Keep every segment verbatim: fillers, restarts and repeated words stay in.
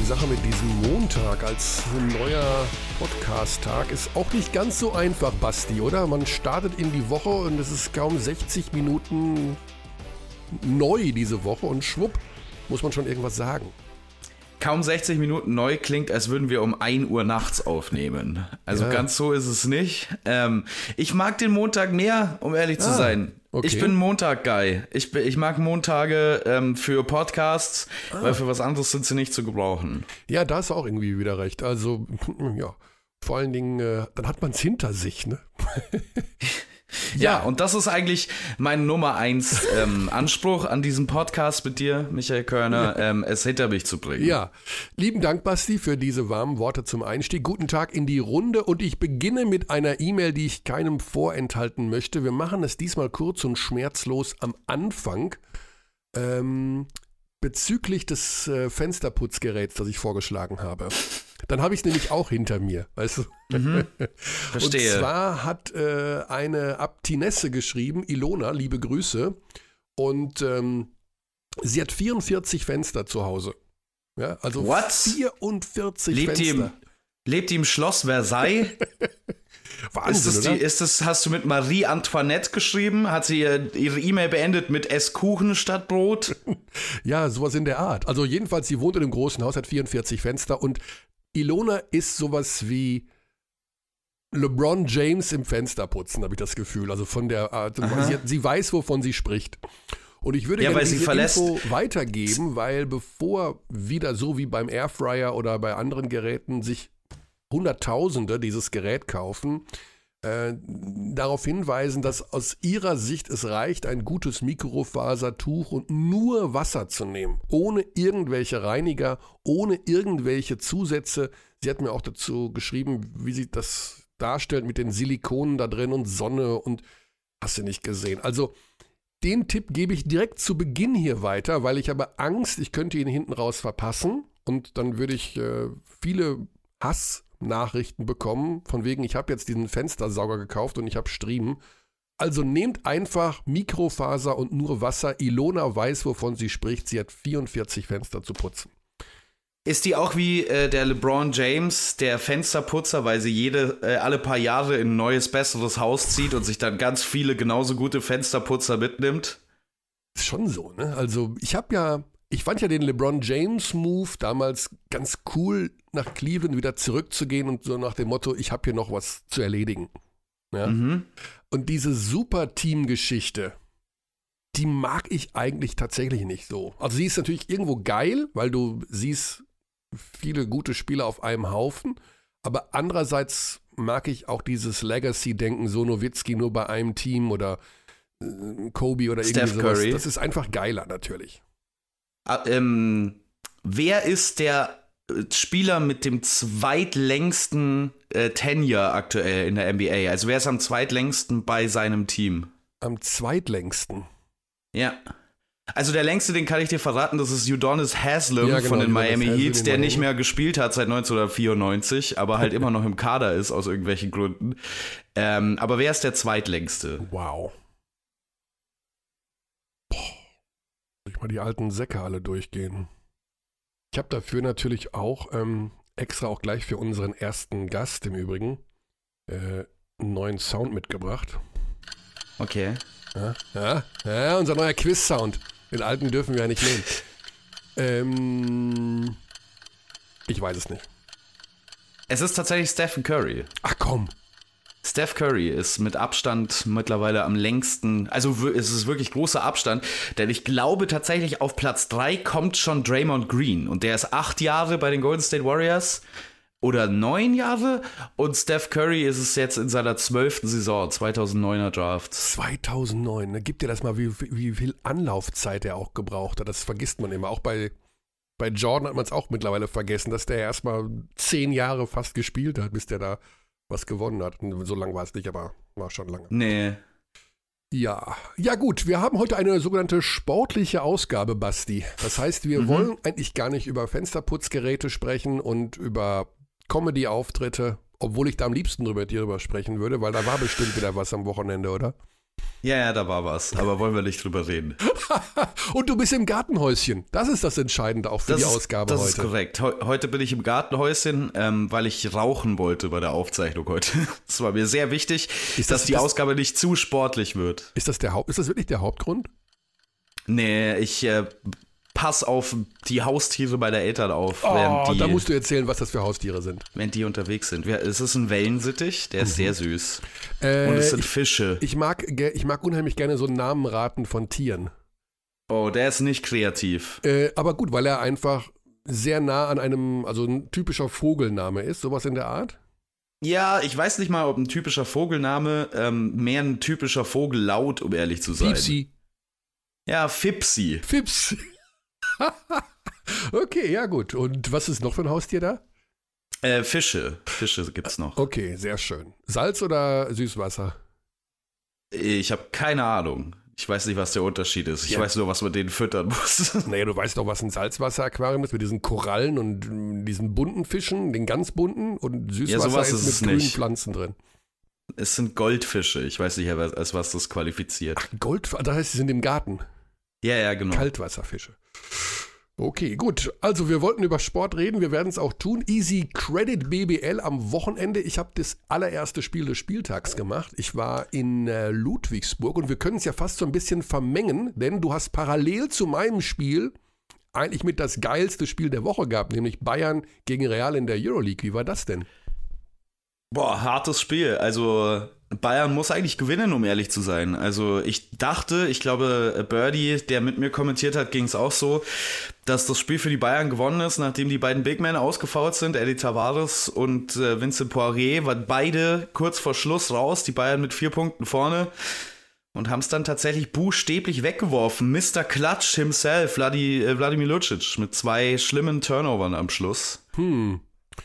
Sache mit diesem Montag als neuer Podcast-Tag ist auch nicht ganz so einfach, Basti, oder? Man startet in die Woche und es ist kaum sechzig Minuten neu diese Woche und schwupp, muss man schon irgendwas sagen. Kaum sechzig Minuten neu klingt, als würden wir um ein Uhr nachts aufnehmen. Also ja. Ganz so ist es nicht. Ähm, ich mag den Montag mehr, um ehrlich zu ah, sein. Okay. Ich bin Montag-Guy. Ich, ich mag Montage ähm, für Podcasts, ah. weil für was anderes sind sie nicht zu gebrauchen. Ja, da ist auch irgendwie wieder recht. Also, ja, vor allen Dingen, äh, dann hat man es hinter sich, ne? Ja, und das ist eigentlich mein Nummer eins ähm, Anspruch an diesem Podcast mit dir, Michael Körner, ähm, es hinter mich zu bringen. Ja, lieben Dank, Basti, für diese warmen Worte zum Einstieg. Guten Tag in die Runde und ich beginne mit einer E-Mail, die ich keinem vorenthalten möchte. Wir machen es diesmal kurz und schmerzlos am Anfang. Ähm, bezüglich des äh, Fensterputzgeräts, das ich vorgeschlagen habe. Dann habe ich es nämlich auch hinter mir, weißt du? Mhm, verstehe. Und zwar hat äh, eine Abtinesse geschrieben, Ilona, liebe Grüße, und ähm, sie hat vierundvierzig Fenster zu Hause. Ja, also What? vierundvierzig lebt Fenster. Die im, lebt die im Schloss Versailles? Wahnsinn, ist das die, ist das, hast du mit Marie Antoinette geschrieben? Hat sie ihre E-Mail beendet mit Esskuchen statt Brot? Ja, sowas in der Art. Also jedenfalls, sie wohnt in einem großen Haus, hat vierundvierzig Fenster und Ilona ist sowas wie LeBron James im Fensterputzen, habe ich das Gefühl. Also von der Art, sie, sie weiß, wovon sie spricht. Und ich würde ja, gerne diese verlässt. Info weitergeben, weil bevor wieder so wie beim Airfryer oder bei anderen Geräten sich Hunderttausende dieses Gerät kaufen, äh, darauf hinweisen, dass aus ihrer Sicht es reicht, ein gutes Mikrofasertuch und nur Wasser zu nehmen, ohne irgendwelche Reiniger, ohne irgendwelche Zusätze. Sie hat mir auch dazu geschrieben, wie sie das darstellt mit den Silikonen da drin und Sonne und hast du nicht gesehen. Also den Tipp gebe ich direkt zu Beginn hier weiter, weil ich habe Angst, ich könnte ihn hinten raus verpassen und dann würde ich äh, viele Hass Nachrichten bekommen, von wegen, ich habe jetzt diesen Fenstersauger gekauft und ich habe Striemen. Also nehmt einfach Mikrofaser und nur Wasser. Ilona weiß, wovon sie spricht. Sie hat vierundvierzig Fenster zu putzen. Ist die auch wie äh, der LeBron James, der Fensterputzer, weil sie jede äh, alle paar Jahre in ein neues, besseres Haus zieht und sich dann ganz viele genauso gute Fensterputzer mitnimmt? Ist schon so, ne? Also ich habe ja Ich fand ja den LeBron James Move damals ganz cool, nach Cleveland wieder zurückzugehen und so nach dem Motto, ich habe hier noch was zu erledigen. Ja? Mhm. Und diese Super-Team-Geschichte, die mag ich eigentlich tatsächlich nicht so. Also sie ist natürlich irgendwo geil, weil du siehst viele gute Spieler auf einem Haufen, aber andererseits mag ich auch dieses Legacy-Denken, so Nowitzki nur bei einem Team oder äh, Kobe oder irgendwie Steph sowas. Curry. Das ist einfach geiler natürlich. Ähm, wer ist der Spieler mit dem zweitlängsten äh, Tenure aktuell in der N B A? Also wer ist am zweitlängsten bei seinem Team? Am zweitlängsten? Ja. Also der längste, den kann ich dir verraten, das ist Udonis Haslem ja, genau, von den Udonis Miami Haslem, Heat, der Miami. nicht mehr gespielt hat seit neunzehnhundertvierundneunzig, aber halt immer noch im Kader ist aus irgendwelchen Gründen. Ähm, aber wer ist der zweitlängste? Wow. Ich mal die alten Säcke alle durchgehen. Ich habe dafür natürlich auch ähm, extra auch gleich für unseren ersten Gast im Übrigen äh, einen neuen Sound mitgebracht. Okay. Ja, ja, ja, unser neuer Quiz-Sound. Den alten dürfen wir ja nicht nehmen. Ähm, ich weiß es nicht. Es ist tatsächlich Stephen Curry. Ach komm. Steph Curry ist mit Abstand mittlerweile am längsten, also es ist wirklich großer Abstand, denn ich glaube tatsächlich auf Platz drei kommt schon Draymond Green und der ist acht Jahre bei den Golden State Warriors oder neun Jahre und Steph Curry ist es jetzt in seiner zwölften Saison, zweitausenddeuner Draft. zweitausendneun, ne? Gib dir das mal, wie, wie viel Anlaufzeit er auch gebraucht hat, das vergisst man immer, auch bei, bei Jordan hat man es auch mittlerweile vergessen, dass der erstmal zehn Jahre fast gespielt hat, bis der da was gewonnen hat. So lang war es nicht, aber war schon lange. Nee. Ja, ja gut, wir haben heute eine sogenannte sportliche Ausgabe, Basti. Das heißt, wir mhm. wollen eigentlich gar nicht über Fensterputzgeräte sprechen und über Comedy-Auftritte, obwohl ich da am liebsten drüber, mit dir drüber sprechen würde, weil da war bestimmt wieder was am Wochenende, oder? Ja, ja, da war was, aber wollen wir nicht drüber reden. Und du bist im Gartenhäuschen. Das ist das Entscheidende auch für das die ist, Ausgabe das heute. Das ist korrekt. He- heute bin ich im Gartenhäuschen, ähm, weil ich rauchen wollte bei der Aufzeichnung heute. Es war mir sehr wichtig, ist das, dass die das, Ausgabe nicht zu sportlich wird. Ist das, der Haupt, ist das wirklich der Hauptgrund? Nee, ich äh, pass auf die Haustiere bei der Eltern auf, Oh, während, die, da musst du erzählen, was das für Haustiere sind. während die unterwegs sind. Ja, es ist ein Wellensittich, der ist Mhm. sehr süß. Äh, Und es sind ich, Fische. Ich mag, ge- ich mag unheimlich gerne so Namen raten von Tieren. Oh, der ist nicht kreativ. Äh, aber gut, weil er einfach sehr nah an einem, also ein typischer Vogelname ist, sowas in der Art. Ja, ich weiß nicht mal, ob ein typischer Vogelname ähm, mehr ein typischer Vogellaut, um ehrlich zu sein. Piepsi. Ja, Fipsi. Fips. Okay, ja gut. Und was ist noch für ein Haustier da? Äh, Fische. Fische gibt's noch. Okay, sehr schön. Salz oder Süßwasser? Ich habe keine Ahnung. Ich weiß nicht, was der Unterschied ist. Ich Ja. weiß nur, was man denen füttern muss. Naja, du weißt doch, was ein Salzwasseraquarium ist mit diesen Korallen und mm, diesen bunten Fischen, den ganz bunten, und Süßwasser sowas ist ist mit es grünen nicht. Pflanzen drin. Es sind Goldfische. Ich weiß nicht, als was das qualifiziert. Gold, das heißt, sie sind im Garten. Ja, ja, genau. Kaltwasserfische. Okay, gut. Also wir wollten über Sport reden, wir werden es auch tun. Easy Credit B B L am Wochenende. Ich habe das allererste Spiel des Spieltags gemacht. Ich war in äh, Ludwigsburg und wir können es ja fast so ein bisschen vermengen, denn du hast parallel zu meinem Spiel eigentlich mit das geilste Spiel der Woche gehabt, nämlich Bayern gegen Real in der Euroleague. Wie war das denn? Boah, hartes Spiel. Also Bayern muss eigentlich gewinnen, um ehrlich zu sein. Also ich dachte, ich glaube, Birdie, der mit mir kommentiert hat, ging es auch so, dass das Spiel für die Bayern gewonnen ist, nachdem die beiden Big Men ausgefoult sind, Eddie Tavares und äh, Vincent Poirier, waren beide kurz vor Schluss raus, die Bayern mit vier Punkten vorne und haben es dann tatsächlich buchstäblich weggeworfen. Mister Klatsch himself, Vladi, äh, Wladimir Lucic, mit zwei schlimmen Turnovern am Schluss. Hm.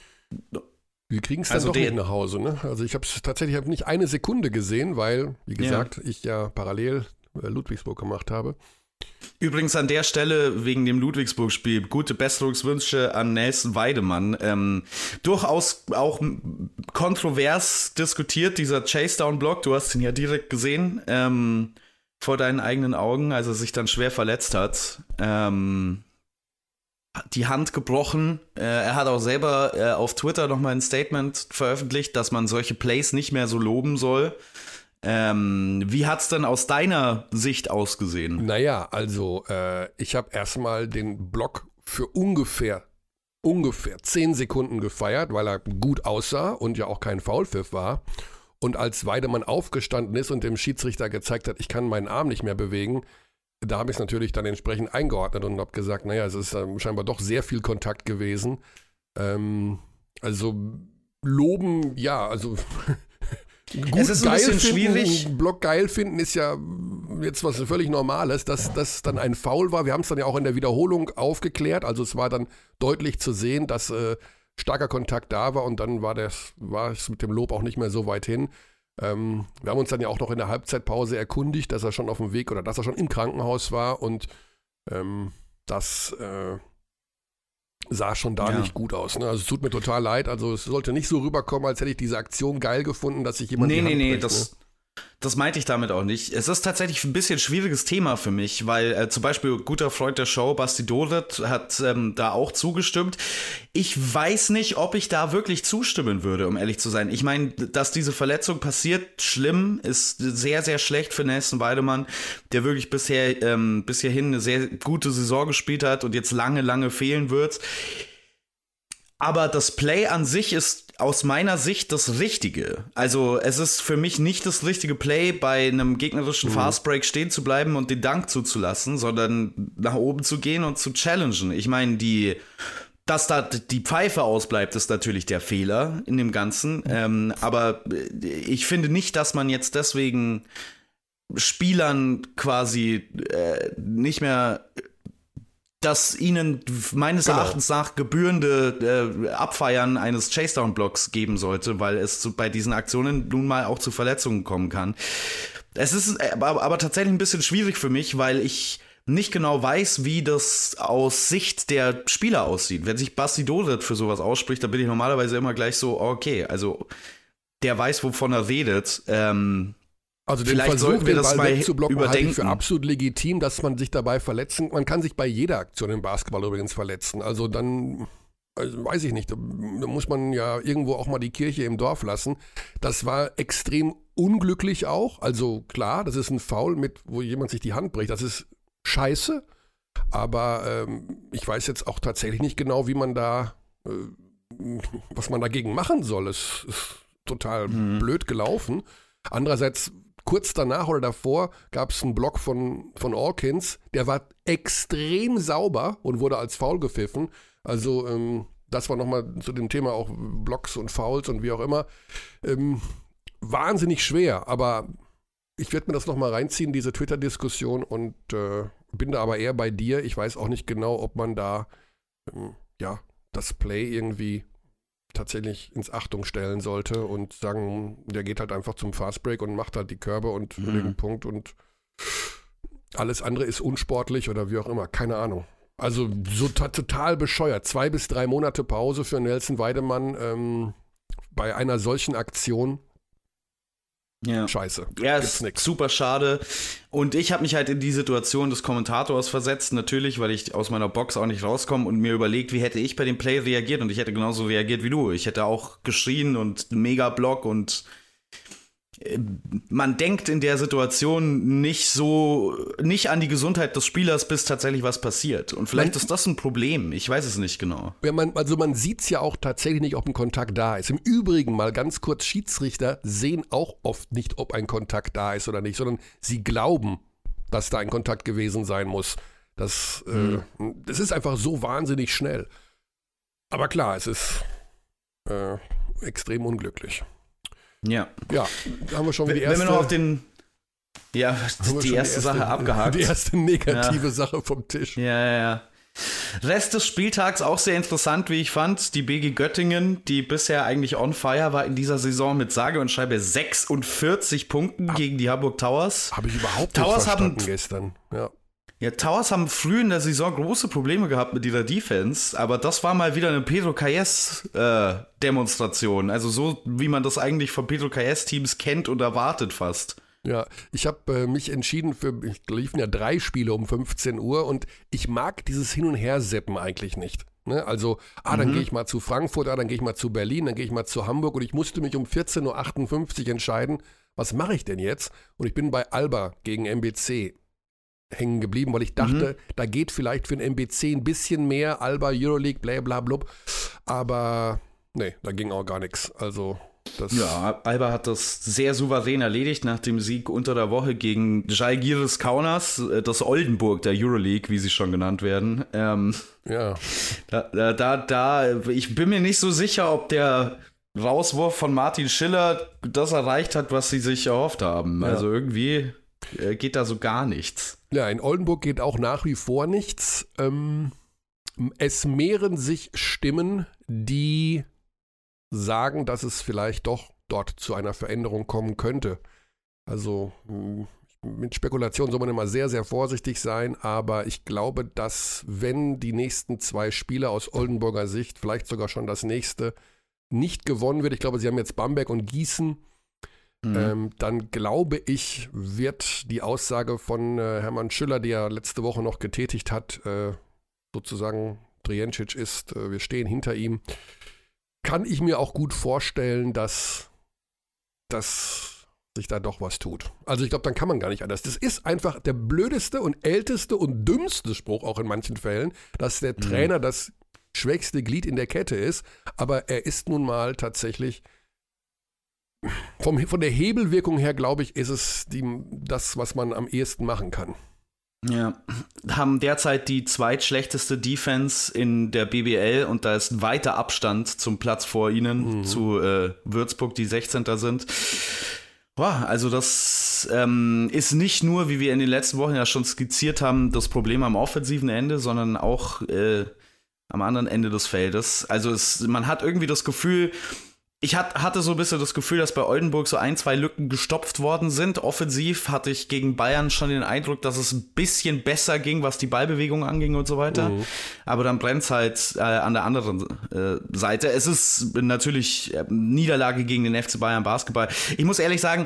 Wir kriegen es dann Also doch der- nicht nach Hause, ne? Also ich habe es tatsächlich hab nicht eine Sekunde gesehen, weil, wie gesagt, ich ja parallel äh, Ludwigsburg gemacht habe. Übrigens an der Stelle wegen dem Ludwigsburg-Spiel gute Besserungswünsche an Nelson Weidemann. Ähm, durchaus auch m- kontrovers diskutiert, dieser Chase-Down-Block. Du hast ihn ja direkt gesehen ähm, vor deinen eigenen Augen, als er sich dann schwer verletzt hat. Ähm, die Hand gebrochen. Äh, er hat auch selber äh, auf Twitter nochmal ein Statement veröffentlicht, dass man solche Plays nicht mehr so loben soll. Ähm, wie hat's denn aus deiner Sicht ausgesehen? Naja, also äh, ich habe erstmal den Block für ungefähr, ungefähr zehn Sekunden gefeiert, weil er gut aussah und ja auch kein Foulpfiff war. Und als Weidemann aufgestanden ist und dem Schiedsrichter gezeigt hat, ich kann meinen Arm nicht mehr bewegen, da habe ich es natürlich dann entsprechend eingeordnet und habe gesagt, naja, es ist ähm, scheinbar doch sehr viel Kontakt gewesen. Ähm, also loben, ja, also gut Es ist ein geil bisschen finden, schwierig. einen Block geil finden ist ja jetzt was völlig Normales, dass das dann ein Foul war. Wir haben es dann ja auch in der Wiederholung aufgeklärt, also es war dann deutlich zu sehen, dass äh, starker Kontakt da war und dann war, das, war es mit dem Lob auch nicht mehr so weit hin. Ähm, wir haben uns dann ja auch noch in der Halbzeitpause erkundigt, dass er schon auf dem Weg oder dass er schon im Krankenhaus war und ähm, das äh, sah schon da Ja. nicht gut aus. Ne? Also es tut mir total leid, also es sollte nicht so rüberkommen, als hätte ich diese Aktion geil gefunden, dass sich jemand Nee, die nee, Hand nee, bricht, das, ne? das meinte ich damit auch nicht. Es ist tatsächlich ein bisschen schwieriges Thema für mich, weil äh, zum Beispiel guter Freund der Show, Basti Doret, hat ähm, da auch zugestimmt. Ich weiß nicht, ob ich da wirklich zustimmen würde, um ehrlich zu sein. Ich meine, dass diese Verletzung passiert, schlimm, ist sehr, sehr schlecht für Nelson Weidemann, der wirklich bisher ähm, bis hierhin eine sehr gute Saison gespielt hat und jetzt lange, lange fehlen wird. Aber das Play an sich ist aus meiner Sicht das Richtige. Also es ist für mich nicht das richtige Play, bei einem gegnerischen mhm. Fastbreak stehen zu bleiben und den Dunk zuzulassen, sondern nach oben zu gehen und zu challengen. Ich meine, die, dass da die Pfeife ausbleibt, ist natürlich der Fehler in dem Ganzen. Mhm. Ähm, aber ich finde nicht, dass man jetzt deswegen Spielern quasi äh, nicht mehr das ihnen meines genau. Erachtens nach gebührende äh, Abfeiern eines Chase-Down-Blocks geben sollte, weil es zu, bei diesen Aktionen nun mal auch zu Verletzungen kommen kann. Es ist aber, aber tatsächlich ein bisschen schwierig für mich, weil ich nicht genau weiß, wie das aus Sicht der Spieler aussieht. Wenn sich Basti Doret für sowas ausspricht, dann bin ich normalerweise immer gleich so, okay, also der weiß, wovon er redet. Ähm, Also den Vielleicht Versuch, sollten wir den das Ball mal wegzublocken, halte ich für überdenken. absolut legitim, dass man sich dabei verletzen, man kann sich bei jeder Aktion im Basketball übrigens verletzen. Also dann, also weiß ich nicht, da, da muss man ja irgendwo auch mal die Kirche im Dorf lassen. Das war extrem unglücklich auch. Also klar, das ist ein Foul, mit, wo jemand sich die Hand bricht. Das ist scheiße. Aber ähm, ich weiß jetzt auch tatsächlich nicht genau, wie man da, äh, was man dagegen machen soll. Es ist total mhm. blöd gelaufen. Andererseits, kurz danach oder davor gab es einen Block von, von Alkins, der war extrem sauber und wurde als Foul gepfiffen. Also ähm, das war nochmal zu dem Thema auch Blocks und Fouls und wie auch immer. Ähm, wahnsinnig schwer, aber ich werde mir das nochmal reinziehen, diese Twitter-Diskussion, und äh, bin da aber eher bei dir. Ich weiß auch nicht genau, ob man da ähm, ja, das Play irgendwie tatsächlich ins Achtung stellen sollte und sagen, der geht halt einfach zum Fastbreak und macht halt die Körbe und mhm. den Punkt und alles andere ist unsportlich oder wie auch immer, keine Ahnung. Also so t- total bescheuert. Zwei bis drei Monate Pause für Nelson Weidemann ähm, bei einer solchen Aktion. Ja. Scheiße. Ja, ist super schade. Und ich habe mich halt in die Situation des Kommentators versetzt, natürlich, weil ich aus meiner Box auch nicht rauskomme und mir überlegt, wie hätte ich bei dem Play reagiert, und ich hätte genauso reagiert wie du. Ich hätte auch geschrien und mega Block, und man denkt in der Situation nicht so, nicht an die Gesundheit des Spielers, bis tatsächlich was passiert. Und vielleicht man, ist das ein Problem. Ich weiß es nicht genau. Ja, man, also man sieht es ja auch tatsächlich nicht, ob ein Kontakt da ist. Im Übrigen mal ganz kurz, Schiedsrichter sehen auch oft nicht, ob ein Kontakt da ist oder nicht, sondern sie glauben, dass da ein Kontakt gewesen sein muss. Das, hm. äh, das ist einfach so wahnsinnig schnell. Aber klar, es ist äh, extrem unglücklich. Ja. Ja, da haben wir schon wenn, die erste... Wenn wir noch auf den... Ja, die erste, die erste Sache abgehakt. Die erste negative ja. Sache vom Tisch. Ja, ja, ja. Rest des Spieltags auch sehr interessant, wie ich fand. Die B G Göttingen, die bisher eigentlich on fire war in dieser Saison, mit sage und schreibe sechsundvierzig Punkten Hab, gegen die Hamburg Towers. Habe ich überhaupt Towers nicht verstanden haben, gestern. Ja. Ja, Towers haben früh in der Saison große Probleme gehabt mit ihrer Defense, aber das war mal wieder eine Pedro Calles-Demonstration. Äh, also so, wie man das eigentlich von Pedro Calles-Teams kennt und erwartet fast. Ja, ich habe äh, mich entschieden für, ich liefen ja drei Spiele um fünfzehn Uhr, und ich mag dieses Hin- und Her-Seppen eigentlich nicht. Ne? Also, ah, dann mhm. gehe ich mal zu Frankfurt, ah, dann gehe ich mal zu Berlin, dann gehe ich mal zu Hamburg, und ich musste mich um vierzehn Uhr achtundfünfzig entscheiden, was mache ich denn jetzt? Und ich bin bei Alba gegen M B C hängen geblieben, weil ich dachte, mhm. da geht vielleicht für den M B C ein bisschen mehr, Alba, Euroleague, bla bla blub, aber nee, da ging auch gar nichts. Also das ja, Alba hat das sehr souverän erledigt nach dem Sieg unter der Woche gegen Žalgiris Kaunas, das Oldenburg der Euroleague, wie sie schon genannt werden. Ähm, ja. Da, da, da, da, ich bin mir nicht so sicher, ob der Rauswurf von Martin Schiller das erreicht hat, was sie sich erhofft haben. Ja. Also irgendwie geht da so gar nichts. Ja, in Oldenburg geht auch nach wie vor nichts. Ähm, es mehren sich Stimmen, die sagen, dass es vielleicht doch dort zu einer Veränderung kommen könnte. Also mit Spekulationen soll man immer sehr, sehr vorsichtig sein, aber ich glaube, dass wenn die nächsten zwei Spiele aus Oldenburger Sicht, vielleicht sogar schon das nächste, nicht gewonnen wird, ich glaube, sie haben jetzt Bamberg und Gießen, Mhm. Ähm, dann glaube ich, wird die Aussage von äh, Hermann Schüller, die er letzte Woche noch getätigt hat, äh, sozusagen Drijancic ist, äh, wir stehen hinter ihm, kann ich mir auch gut vorstellen, dass, dass sich da doch was tut. Also ich glaube, dann kann man gar nicht anders. Das ist einfach der blödeste und älteste und dümmste Spruch auch in manchen Fällen, dass der mhm. Trainer das schwächste Glied in der Kette ist, aber er ist nun mal tatsächlich Vom, von der Hebelwirkung her, glaube ich, ist es die, das, was man am ehesten machen kann. Ja, haben derzeit die zweitschlechteste Defense in der B B L, und da ist ein weiter Abstand zum Platz vor ihnen, mhm. zu äh, Würzburg, die sechzehnter sind. Boah, also das ähm, ist nicht nur, wie wir in den letzten Wochen ja schon skizziert haben, das Problem am offensiven Ende, sondern auch äh, am anderen Ende des Feldes. Also es, man hat irgendwie das Gefühl, Ich hat, hatte so ein bisschen das Gefühl, dass bei Oldenburg so ein, zwei Lücken gestopft worden sind. Offensiv hatte ich gegen Bayern schon den Eindruck, dass es ein bisschen besser ging, was die Ballbewegung anging und so weiter. Mhm. Aber dann brennt es halt äh, an der anderen äh, Seite. Es ist natürlich äh, Niederlage gegen den F C Bayern Basketball. Ich muss ehrlich sagen,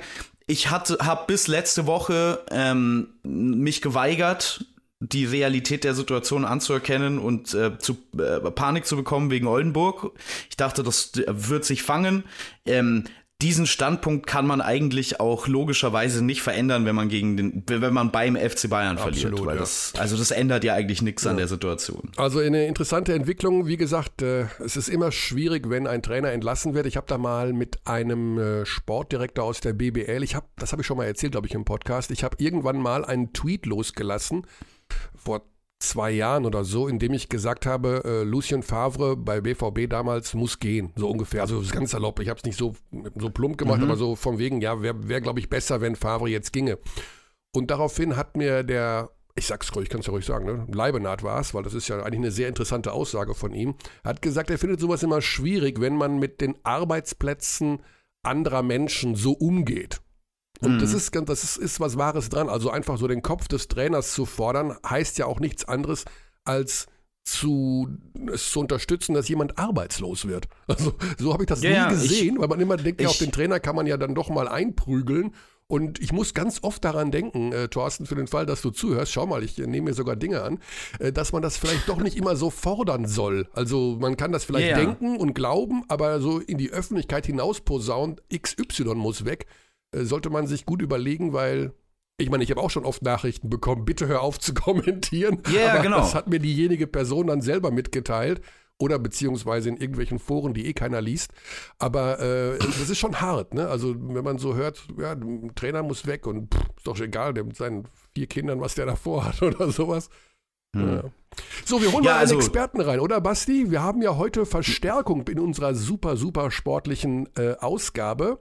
ich hatte, habe bis letzte Woche ähm, mich geweigert, die Realität der Situation anzuerkennen und äh, zu äh, Panik zu bekommen wegen Oldenburg. Ich dachte, das wird sich fangen. Ähm, diesen Standpunkt kann man eigentlich auch logischerweise nicht verändern, wenn man gegen den, wenn man beim F C Bayern Absolut, verliert. Weil ja. das, also das ändert ja eigentlich nichts ja. an der Situation. Also eine interessante Entwicklung. Wie gesagt, äh, es ist immer schwierig, wenn ein Trainer entlassen wird. Ich habe da mal mit einem äh, Sportdirektor aus der B B L, ich habe, das habe ich schon mal erzählt, glaube ich, im Podcast, ich habe irgendwann mal einen Tweet losgelassen, vor zwei Jahren oder so, in dem ich gesagt habe, äh, Lucien Favre bei B V B damals muss gehen, so ungefähr. Also das ist ganz salopp, ich habe es nicht so, so plump gemacht, mhm. aber so von wegen, ja, wäre, wär, glaube ich, besser, wenn Favre jetzt ginge. Und daraufhin hat mir der, ich sag's ruhig, ich kann es ja ruhig sagen, ne? Leibenhardt war es, weil das ist ja eigentlich eine sehr interessante Aussage von ihm, hat gesagt, er findet sowas immer schwierig, wenn man mit den Arbeitsplätzen anderer Menschen so umgeht. Und mhm. das ist das ist, ist was Wahres dran. Also einfach so den Kopf des Trainers zu fordern, heißt ja auch nichts anderes, als zu, es zu unterstützen, dass jemand arbeitslos wird. Also so habe ich das ja, nie gesehen, ich, weil man immer denkt, ich, ja, auf den Trainer kann man ja dann doch mal einprügeln. Und ich muss ganz oft daran denken, äh, Thorsten, für den Fall, dass du zuhörst, schau mal, ich äh, nehme mir sogar Dinge an, äh, dass man das vielleicht doch nicht immer so fordern soll. Also man kann das vielleicht yeah. denken und glauben, aber so in die Öffentlichkeit hinaus posaunen, X Y muss weg, äh, sollte man sich gut überlegen, weil, ich meine, ich habe auch schon oft Nachrichten bekommen, bitte hör auf zu kommentieren. Ja, yeah, aber genau. das hat mir diejenige Person dann selber mitgeteilt. Oder beziehungsweise in irgendwelchen Foren, die eh keiner liest. Aber äh, das ist schon hart, ne? Also wenn man so hört, ja, der Trainer muss weg und pff, ist doch egal, der mit seinen vier Kindern, was der davor hat oder sowas. Hm. Ja. So, wir holen ja, mal einen also, Experten rein, oder Basti? Wir haben ja heute Verstärkung in unserer super, super sportlichen äh, Ausgabe.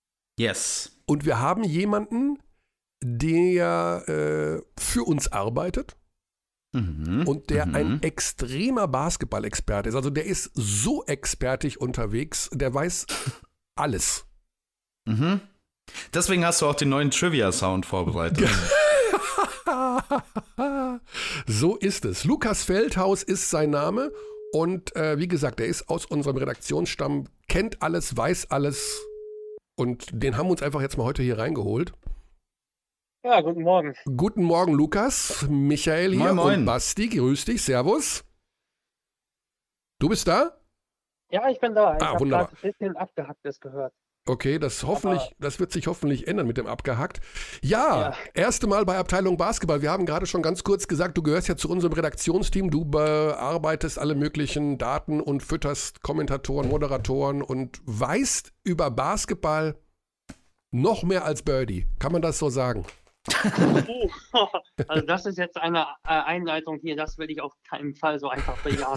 Yes. Und wir haben jemanden, der äh, für uns arbeitet. Mhm, und der mhm. ein extremer Basketball-Experte ist. Also der ist so expertig unterwegs, der weiß alles. Mhm. Deswegen hast du auch den neuen Trivia-Sound vorbereitet. So ist es. Lukas Feldhaus ist sein Name und äh, wie gesagt, er ist aus unserem Redaktionsstamm, kennt alles, weiß alles und den haben wir uns einfach jetzt mal heute hier reingeholt. Ja, guten Morgen. Guten Morgen, Lukas. Michael hier moin, moin. Und Basti, grüß dich, servus. Du bist da? Ja, ich bin da. Ich ah, habe wunderbar. gerade ein bisschen Abgehacktes gehört. Okay, das hoffentlich, Aber das wird sich hoffentlich ändern mit dem Abgehackt. Ja, Ja. erste Mal bei Abteilung Basketball. Wir haben gerade schon ganz kurz gesagt, du gehörst ja zu unserem Redaktionsteam. Du bearbeitest alle möglichen Daten und fütterst Kommentatoren, Moderatoren und weißt über Basketball noch mehr als Birdie. Kann man das so sagen? Oh, also das ist jetzt eine äh, Einleitung hier, das will ich auf keinen Fall so einfach bejahen.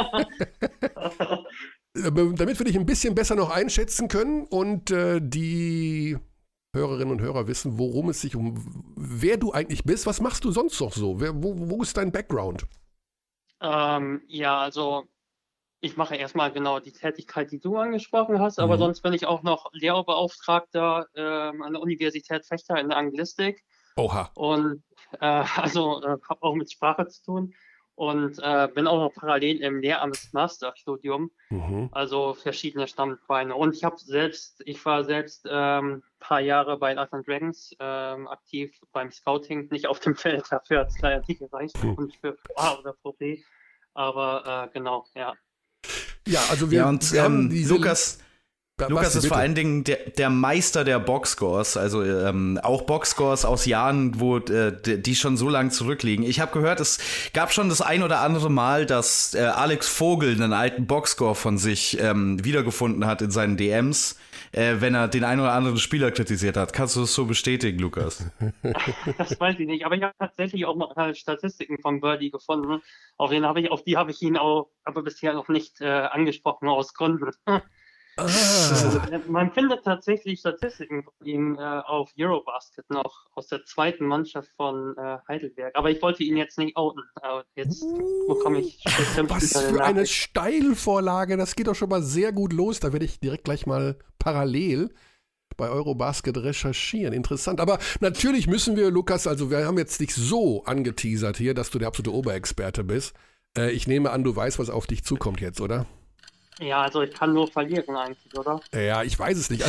Äh, Damit wir dich ein bisschen besser noch einschätzen können und äh, die Hörerinnen und Hörer wissen, worum es sich um, wer du eigentlich bist, was machst du sonst noch so? Wer, wo, wo ist dein Background? ähm, ja, also ich mache erstmal genau die Tätigkeit, die du angesprochen hast, aber Mhm. sonst bin ich auch noch Lehrbeauftragter ähm, an der Universität Vechta in der Anglistik Oha. und äh, also äh, habe auch mit Sprache zu tun und äh, bin auch noch parallel im Lehramtsmasterstudium. Mhm. Also verschiedene Standbeine. Und ich habe selbst, ich war selbst ein ähm, paar Jahre bei Atlant Dragons ähm, aktiv beim Scouting, nicht auf dem Feld, dafür hat es leider nicht gereicht Hm. und für A oder Pro B. Aber äh, genau, ja. Ja, also wir, Ja, und wir haben ähm, diese... Lukas, Ba- Lukas Basti, ist vor bitte. allen Dingen der, der Meister der Boxscores, also ähm, auch Boxscores aus Jahren, wo äh, die die schon so lang zurückliegen. Ich habe gehört, es gab schon das ein oder andere Mal, dass äh, Alex Vogel einen alten Boxscore von sich ähm, wiedergefunden hat in seinen D Ms, äh, wenn er den einen oder anderen Spieler kritisiert hat. Kannst du das so bestätigen, Lukas? Das weiß ich nicht. Aber ich habe tatsächlich auch mal Statistiken von Birdie gefunden. Auf, den hab ich, auf die habe ich ihn auch, aber bisher noch nicht äh, angesprochen, aus Gründen. Ah, Man findet tatsächlich Statistiken von ihm äh, auf Eurobasket noch aus der zweiten Mannschaft von äh, Heidelberg. Aber ich wollte ihn jetzt nicht outen. Aber jetzt bekomme ich bestimmt was wieder für eine Nachricht. Steilvorlage. Das geht doch schon mal sehr gut los. Da werde ich direkt gleich mal parallel bei Eurobasket recherchieren. Interessant. Aber natürlich müssen wir, Lukas, also wir haben jetzt dich so angeteasert hier, dass du der absolute Oberexperte bist. Äh, ich nehme an, du weißt, was auf dich zukommt jetzt, oder? Ja, also ich kann nur verlieren eigentlich, oder? Ja, ich weiß es nicht. Also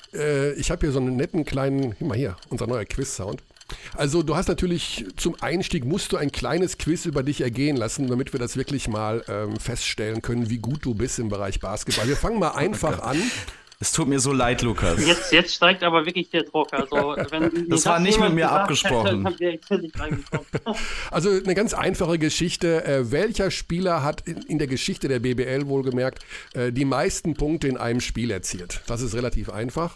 Äh, ich habe hier so einen netten kleinen, hier mal hier, unser neuer Quiz-Sound. Also du hast natürlich zum Einstieg, musst du ein kleines Quiz über dich ergehen lassen, damit wir das wirklich mal ähm, feststellen können, wie gut du bist im Bereich Basketball. Wir fangen mal einfach oh an. Es tut mir so leid, Lukas. Jetzt, jetzt steigt aber wirklich der Druck. Also, wenn das war nicht mit mir abgesprochen. Hätte, dann wäre ich nicht reingekommen. Also eine ganz einfache Geschichte. Äh, welcher Spieler hat in, in der Geschichte der B B L wohlgemerkt äh, die meisten Punkte in einem Spiel erzielt? Das ist relativ einfach.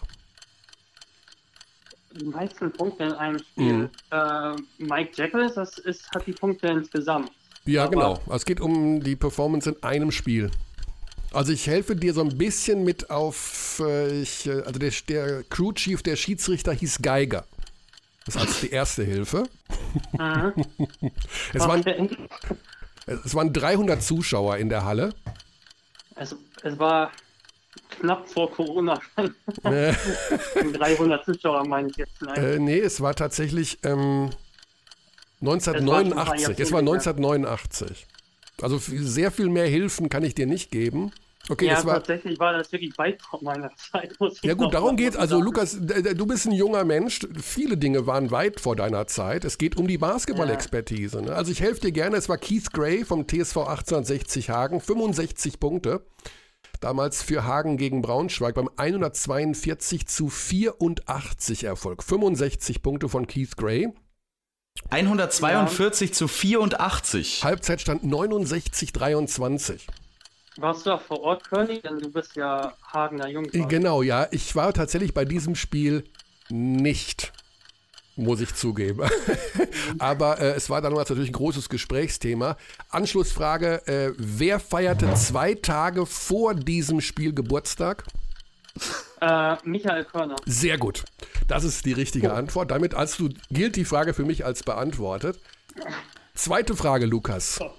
Die meisten Punkte in einem Spiel. Mhm. Äh, Mike Jekyll, das ist, hat die Punkte insgesamt. Ja, Aber genau. Es geht um die Performance in einem Spiel. Also ich helfe dir so ein bisschen mit auf, äh, ich, äh, also der, der Crew Chief, der Schiedsrichter hieß Geiger. Das ist als die erste Hilfe. Mhm. es, waren, es waren dreihundert Zuschauer in der Halle. Es, es war knapp vor Corona. Äh, dreihundert Zuschauer meine ich jetzt. Nein. äh, nee, es war tatsächlich ähm, neunzehnhundertneunundachtzig. Es war neunzehnhundertneunundachtzig. Also sehr viel mehr Hilfen kann ich dir nicht geben. Okay, ja, das war, tatsächlich war das wirklich weit vor meiner Zeit. Muss ich ja gut, noch darum mal geht's. Also sagen. Lukas, du bist ein junger Mensch. Viele Dinge waren weit vor deiner Zeit. Es geht um die Basketball-Expertise. Ne? Also ich helfe dir gerne. Es war Keith Gray vom T S V achtzehnhundertsechzig Hagen. fünfundsechzig Punkte. Damals für Hagen gegen Braunschweig beim hundertzweiundvierzig zu vierundachtzig Erfolg. fünfundsechzig Punkte von Keith Gray. hundertzweiundvierzig ja. zu vierundachtzig. Halbzeitstand neunundsechzig dreiundzwanzig. Warst du auch vor Ort, König? Denn du bist ja Hagener Jungfrau. Genau, ja. Ich war tatsächlich bei diesem Spiel nicht, muss ich zugeben. Aber äh, es war damals natürlich ein großes Gesprächsthema. Anschlussfrage, äh, wer feierte zwei Tage vor diesem Spiel Geburtstag? Äh, Michael Körner. Sehr gut. Das ist die richtige oh. Antwort. Damit hast du, gilt die Frage für mich als beantwortet. Zweite Frage, Lukas. Oh.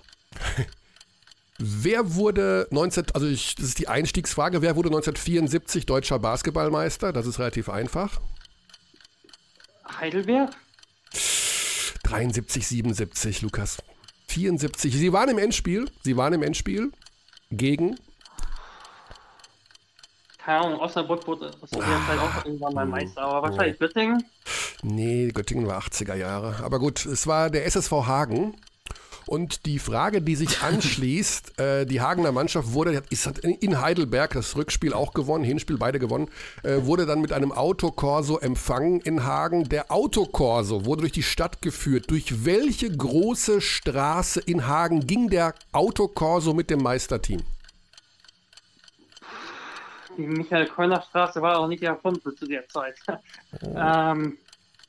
Wer wurde neunzehn, also ich, das ist die Einstiegsfrage, wer wurde neunzehnhundertvierundsiebzig deutscher Basketballmeister? Das ist relativ einfach. Heidelberg? dreiundsiebzig, siebenundsiebzig, Lukas. vierundsiebzig. Sie waren im Endspiel. Sie waren im Endspiel gegen... Keine Ahnung, Osnabrück wurde aus der Zeit auch irgendwann mal Meister, aber wahrscheinlich oh. Göttingen? Nee, Göttingen war achtziger Jahre. Aber gut, es war der S S V Hagen. Und die Frage, die sich anschließt, äh, die Hagener Mannschaft wurde, ist in Heidelberg das Rückspiel auch gewonnen, Hinspiel beide gewonnen, äh, wurde dann mit einem Autokorso empfangen in Hagen. Der Autokorso wurde durch die Stadt geführt. Durch welche große Straße in Hagen ging der Autokorso mit dem Meisterteam? Die Michael-Körner-Straße war auch nicht erfunden zu der Zeit. Oh. ähm,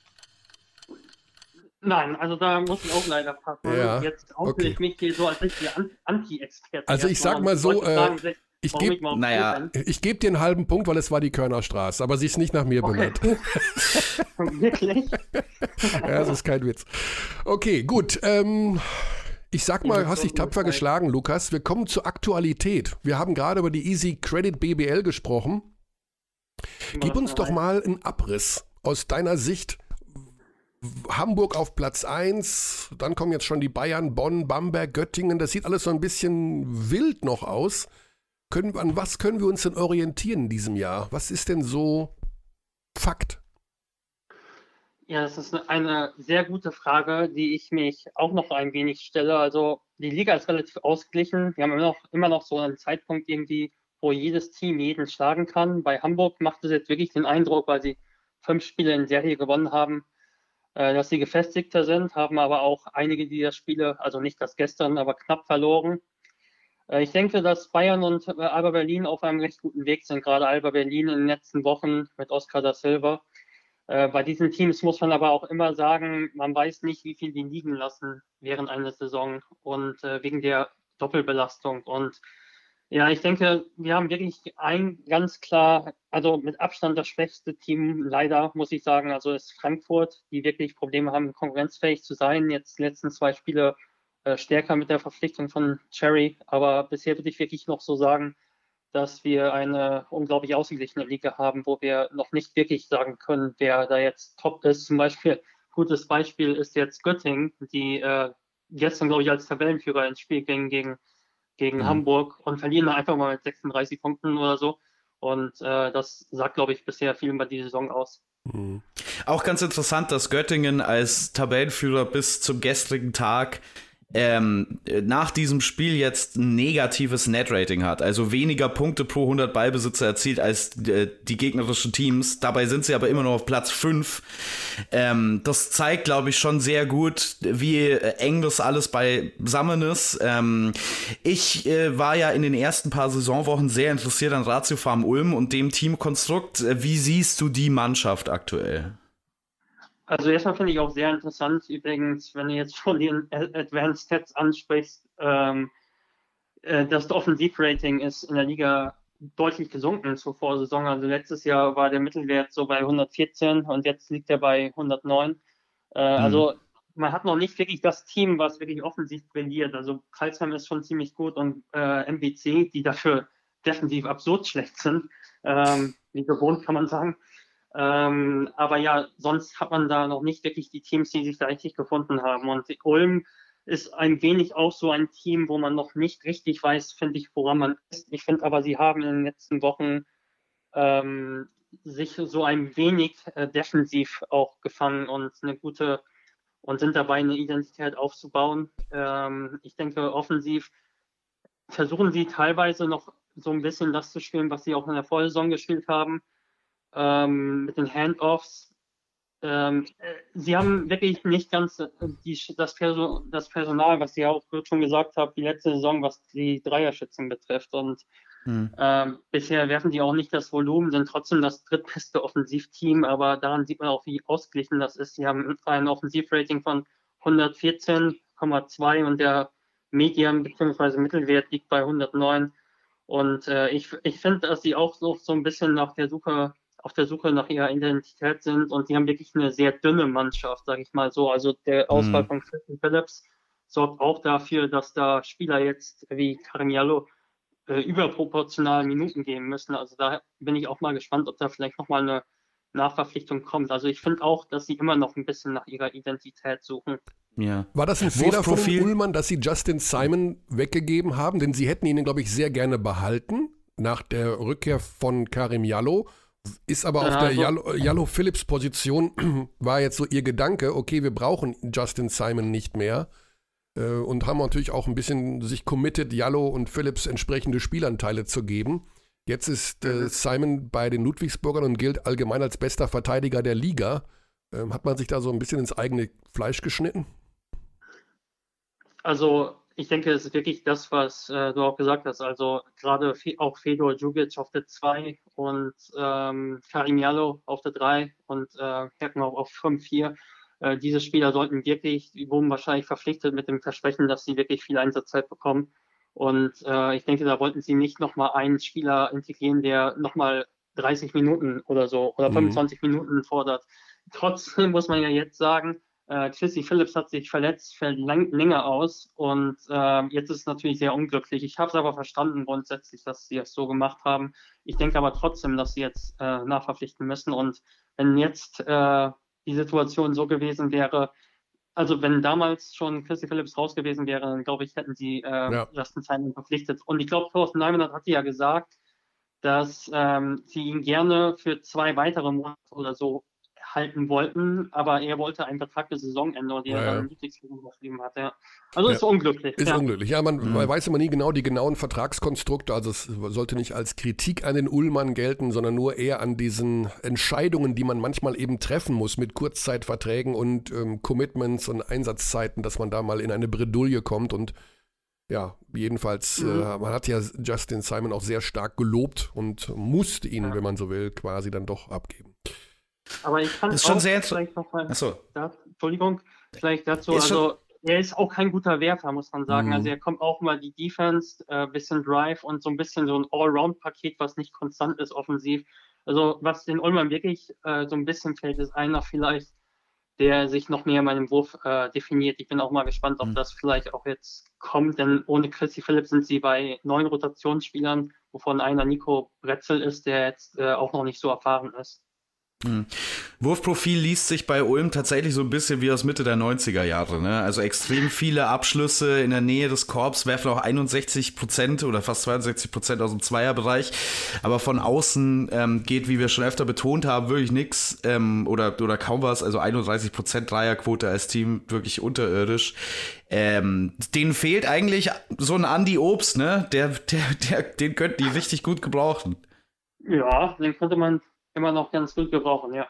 Nein, also da muss ich auch leider passen. Ja, Jetzt oute okay. ich mich hier so als richtiger Anti-Experte. Also ich sag mal so, äh, ich gebe naja, ich geb dir einen halben Punkt, weil es war die Körnerstraße, aber sie ist nicht nach mir okay. benannt. Wirklich? Ja, das ist kein Witz. Okay, gut. Ähm, ich sag mal, hast dich tapfer geschlagen, Lukas. Wir kommen zur Aktualität. Wir haben gerade über die Easy Credit B B L gesprochen. Gib uns doch mal einen Abriss aus deiner Sicht. Hamburg auf Platz eins, dann kommen jetzt schon die Bayern, Bonn, Bamberg, Göttingen. Das sieht alles so ein bisschen wild noch aus. Können, an was können wir uns denn orientieren in diesem Jahr? Was ist denn so Fakt? Ja, das ist eine sehr gute Frage, die ich mich auch noch ein wenig stelle. Also die Liga ist relativ ausgeglichen. Wir haben immer noch, immer noch so einen Zeitpunkt irgendwie, wo jedes Team jeden schlagen kann. Bei Hamburg macht es jetzt wirklich den Eindruck, weil sie fünf Spiele in Serie gewonnen haben, dass sie gefestigter sind, haben aber auch einige dieser Spiele, also nicht das gestern, aber knapp verloren. Ich denke, dass Bayern und Alba Berlin auf einem recht guten Weg sind, gerade Alba Berlin in den letzten Wochen mit Oscar da Silva. Bei diesen Teams muss man aber auch immer sagen, man weiß nicht, wie viel die liegen lassen während einer Saison und wegen der Doppelbelastung. Und ja, ich denke, wir haben wirklich ein ganz klar, also mit Abstand das schwächste Team, leider, muss ich sagen, also ist Frankfurt, die wirklich Probleme haben, konkurrenzfähig zu sein. Jetzt die letzten zwei Spiele äh, stärker mit der Verpflichtung von Cherry, aber bisher würde ich wirklich noch so sagen, dass wir eine unglaublich ausgeglichene Liga haben, wo wir noch nicht wirklich sagen können, wer da jetzt top ist. Zum Beispiel, gutes Beispiel ist jetzt Göttingen, die äh, gestern, glaube ich, als Tabellenführer ins Spiel gingen gegen gegen mhm. Hamburg und verlieren einfach mal mit sechsunddreißig Punkten oder so. Und äh, das sagt, glaube ich, bisher viel über die Saison aus. Mhm. Auch ganz interessant, dass Göttingen als Tabellenführer bis zum gestrigen Tag ähm, nach diesem Spiel jetzt ein negatives Net-Rating hat, also weniger Punkte pro hundert Ballbesitzer erzielt als äh, die gegnerischen Teams. Dabei sind sie aber immer noch auf Platz fünf. Ähm, das zeigt, glaube ich, schon sehr gut, wie eng das alles beisammen ist. Ähm, ich äh, war ja in den ersten paar Saisonwochen sehr interessiert an Ratio Farm Ulm und dem Teamkonstrukt. Wie siehst du die Mannschaft aktuell? Also erstmal finde ich auch sehr interessant, übrigens, wenn du jetzt schon die Advanced Stats ansprichst, ähm, äh, das Offensivrating ist in der Liga deutlich gesunken zur Vorsaison. Also letztes Jahr war der Mittelwert so bei hundertvierzehn und jetzt liegt er bei hundertneun. Äh, mhm. Also man hat noch nicht wirklich das Team, was wirklich offensiv brilliert. Also Crailsheim ist schon ziemlich gut und äh, M B C, die dafür defensiv absurd schlecht sind, ähm, wie gewohnt kann man sagen. Ähm, aber ja, sonst hat man da noch nicht wirklich die Teams, die sich da richtig gefunden haben. Und Ulm ist ein wenig auch so ein Team, wo man noch nicht richtig weiß, finde ich, woran man ist. Ich finde aber, sie haben in den letzten Wochen ähm, sich so ein wenig äh, defensiv auch gefangen und eine gute und sind dabei, eine Identität aufzubauen. Ähm, ich denke, offensiv versuchen sie teilweise noch so ein bisschen das zu spielen, was sie auch in der Vorsaison gespielt haben. Ähm, mit den Handoffs. Ähm, äh, sie haben wirklich nicht ganz äh, die, das, Perso das Personal, was ich auch schon gesagt habe, die letzte Saison, was die Dreierschützen betrifft. Und hm. ähm, bisher werfen die auch nicht das Volumen, sind trotzdem das drittbeste Offensivteam, aber daran sieht man auch, wie ausgeglichen das ist. Sie haben ein Offensivrating von hundertvierzehn Komma zwei und der Median bzw. Mittelwert liegt bei hundertneun. Und äh, ich, ich finde, dass sie auch so, so ein bisschen nach der Suche auf der Suche nach ihrer Identität sind und die haben wirklich eine sehr dünne Mannschaft, sage ich mal so. Also der Ausfall mhm. von Christian Phillips sorgt auch dafür, dass da Spieler jetzt wie Karim Jallo äh, überproportional Minuten geben müssen. Also da bin ich auch mal gespannt, ob da vielleicht nochmal eine Nachverpflichtung kommt. Also ich finde auch, dass sie immer noch ein bisschen nach ihrer Identität suchen. Ja. War das ein Fehler von den Ulmern, dass sie Justin Simon weggegeben haben? Denn sie hätten ihn, glaube ich, sehr gerne behalten nach der Rückkehr von Karim Jallo. Ist aber ja, auf der Jallo, Jallo Phillips Position war jetzt so ihr Gedanke, okay, wir brauchen Justin Simon nicht mehr äh, und haben natürlich auch ein bisschen sich committed, Jallo und Phillips entsprechende Spielanteile zu geben. Jetzt ist äh, Simon bei den Ludwigsburgern und gilt allgemein als bester Verteidiger der Liga. Ähm, hat man sich da so ein bisschen ins eigene Fleisch geschnitten? Also ich denke, es ist wirklich das, was äh, du auch gesagt hast. Also gerade auch Fedor Djukic auf der zwei und ähm, Karim Jallo auf der drei und äh, Herken auch auf fünf vier. Äh, diese Spieler sollten wirklich, die wurden wahrscheinlich verpflichtet mit dem Versprechen, dass sie wirklich viel Einsatzzeit bekommen. Und äh, ich denke, da wollten sie nicht nochmal einen Spieler integrieren, der nochmal dreißig Minuten oder so oder fünfundzwanzig mhm. Minuten fordert. Trotzdem muss man ja jetzt sagen, Äh, Chrissy Phillips hat sich verletzt, fällt lang, länger aus und äh, jetzt ist es natürlich sehr unglücklich. Ich habe es aber verstanden grundsätzlich, dass sie es so gemacht haben. Ich denke aber trotzdem, dass sie jetzt äh, nachverpflichten müssen und wenn jetzt äh, die Situation so gewesen wäre, also wenn damals schon Chrissy Phillips raus gewesen wäre, dann glaube ich, hätten sie äh, ja. Justin Simon verpflichtet. Und ich glaube, Thorsten Neumann hat ja gesagt, dass ähm, sie ihn gerne für zwei weitere Monate oder so halten wollten, aber er wollte einen Vertrag bis Saisonende, den ja, er dann ja. Ludwigsburg überschrieben hat. Ja. Also ja. ist unglücklich. Ist ja. unglücklich. Ja, man, mhm. man weiß immer nie genau die genauen Vertragskonstrukte. Also es sollte nicht als Kritik an den Ullmann gelten, sondern nur eher an diesen Entscheidungen, die man manchmal eben treffen muss mit Kurzzeitverträgen und ähm, Commitments und Einsatzzeiten, dass man da mal in eine Bredouille kommt. Und ja, jedenfalls, mhm. äh, man hat ja Justin Simon auch sehr stark gelobt und musste ihn, ja. wenn man so will, quasi dann doch abgeben. Aber ich kann das ist schon auch sehr vielleicht noch mal, Achso. da, Entschuldigung, vielleicht dazu, ist also er ist auch kein guter Werfer, muss man sagen. Mhm. Also er kommt auch mal die Defense, äh, bisschen Drive und so ein bisschen so ein Allround-Paket, was nicht konstant ist offensiv. Also was den Ulmern wirklich äh, so ein bisschen fehlt, ist einer vielleicht, der sich noch mehr in meinem Wurf äh, definiert. Ich bin auch mal gespannt, ob mhm. das vielleicht auch jetzt kommt, denn ohne Chrissy Phillips sind sie bei neun Rotationsspielern, wovon einer Nico Bretzel ist, der jetzt äh, auch noch nicht so erfahren ist. Hm. Wurfprofil liest sich bei Ulm tatsächlich so ein bisschen wie aus Mitte der neunziger Jahre. Ne? Also extrem viele Abschlüsse in der Nähe des Korbs, werfen auch einundsechzig Prozent oder fast zweiundsechzig Prozent aus dem Zweierbereich. Aber von außen ähm, geht, wie wir schon öfter betont haben, wirklich nichts ähm, oder, oder kaum was. Also einunddreißig Prozent Dreierquote als Team, wirklich unterirdisch. Ähm, denen fehlt eigentlich so ein Andy Obst, ne? Der, der, der, den könnten die richtig gut gebrauchen. Ja, den könnte man immer noch ganz gut gebrauchen, ja.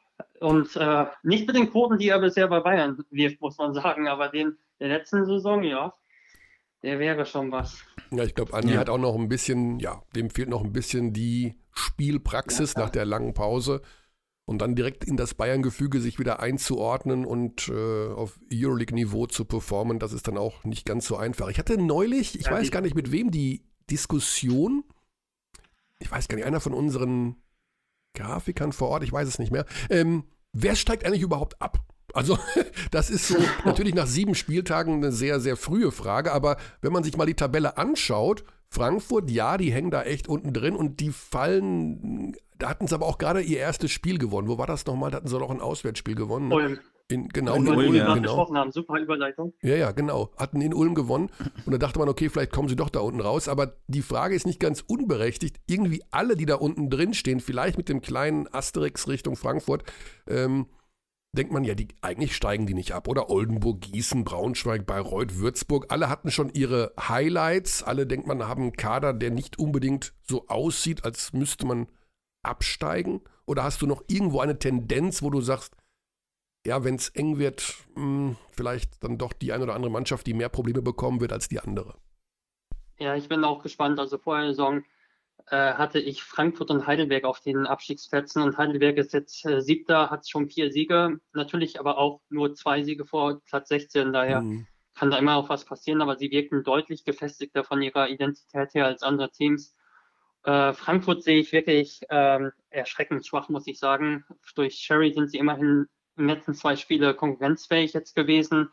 Und äh, nicht mit den Quoten, die er bisher bei Bayern wirft, muss man sagen, aber den der letzten Saison, ja, der wäre schon was. Ja, ich glaube, Andi Ja. hat auch noch ein bisschen, ja, dem fehlt noch ein bisschen die Spielpraxis Ja, ja. nach der langen Pause und dann direkt in das Bayern-Gefüge sich wieder einzuordnen und äh, auf Euroleague-Niveau zu performen, das ist dann auch nicht ganz so einfach. Ich hatte neulich, ich Ja, weiß die- gar nicht mit wem, die Diskussion, ich weiß gar nicht, einer von unseren Grafikern vor Ort, ich weiß es nicht mehr, ähm, wer steigt eigentlich überhaupt ab? Also das ist so natürlich nach sieben Spieltagen eine sehr, sehr frühe Frage, aber wenn man sich mal die Tabelle anschaut, Frankfurt, ja, die hängen da echt unten drin und die fallen, da hatten sie aber auch gerade ihr erstes Spiel gewonnen. Wo war das nochmal? Da hatten sie doch ein Auswärtsspiel gewonnen. Ne? Ulm. In, genau, In in Weil Ulm, wir ja. gerade genau. gesprochen haben, super Überleitung. Ja, ja, genau. Hatten in Ulm gewonnen und da dachte man, okay, vielleicht kommen sie doch da unten raus. Aber die Frage ist nicht ganz unberechtigt. Irgendwie alle, die da unten drin stehen, vielleicht mit dem kleinen Asterix Richtung Frankfurt, ähm, denkt man, ja, die, eigentlich steigen die nicht ab. Oder Oldenburg, Gießen, Braunschweig, Bayreuth, Würzburg. Alle hatten schon ihre Highlights. Alle, denkt man, haben einen Kader, der nicht unbedingt so aussieht, als müsste man absteigen. Oder hast du noch irgendwo eine Tendenz, wo du sagst, ja, wenn es eng wird, mh, vielleicht dann doch die eine oder andere Mannschaft, die mehr Probleme bekommen wird als die andere. Ja, ich bin auch gespannt. Also vor der Saison äh, hatte ich Frankfurt und Heidelberg auf den Abstiegsplätzen und Heidelberg ist jetzt äh, Siebter, hat schon vier Siege, natürlich aber auch nur zwei Siege vor Platz sechzehn, daher Mhm. kann da immer auch was passieren, aber sie wirken deutlich gefestigter von ihrer Identität her als andere Teams. Äh, Frankfurt sehe ich wirklich ähm, erschreckend schwach, muss ich sagen. Durch Sherry sind sie immerhin in den letzten zwei Spiele konkurrenzfähig jetzt gewesen.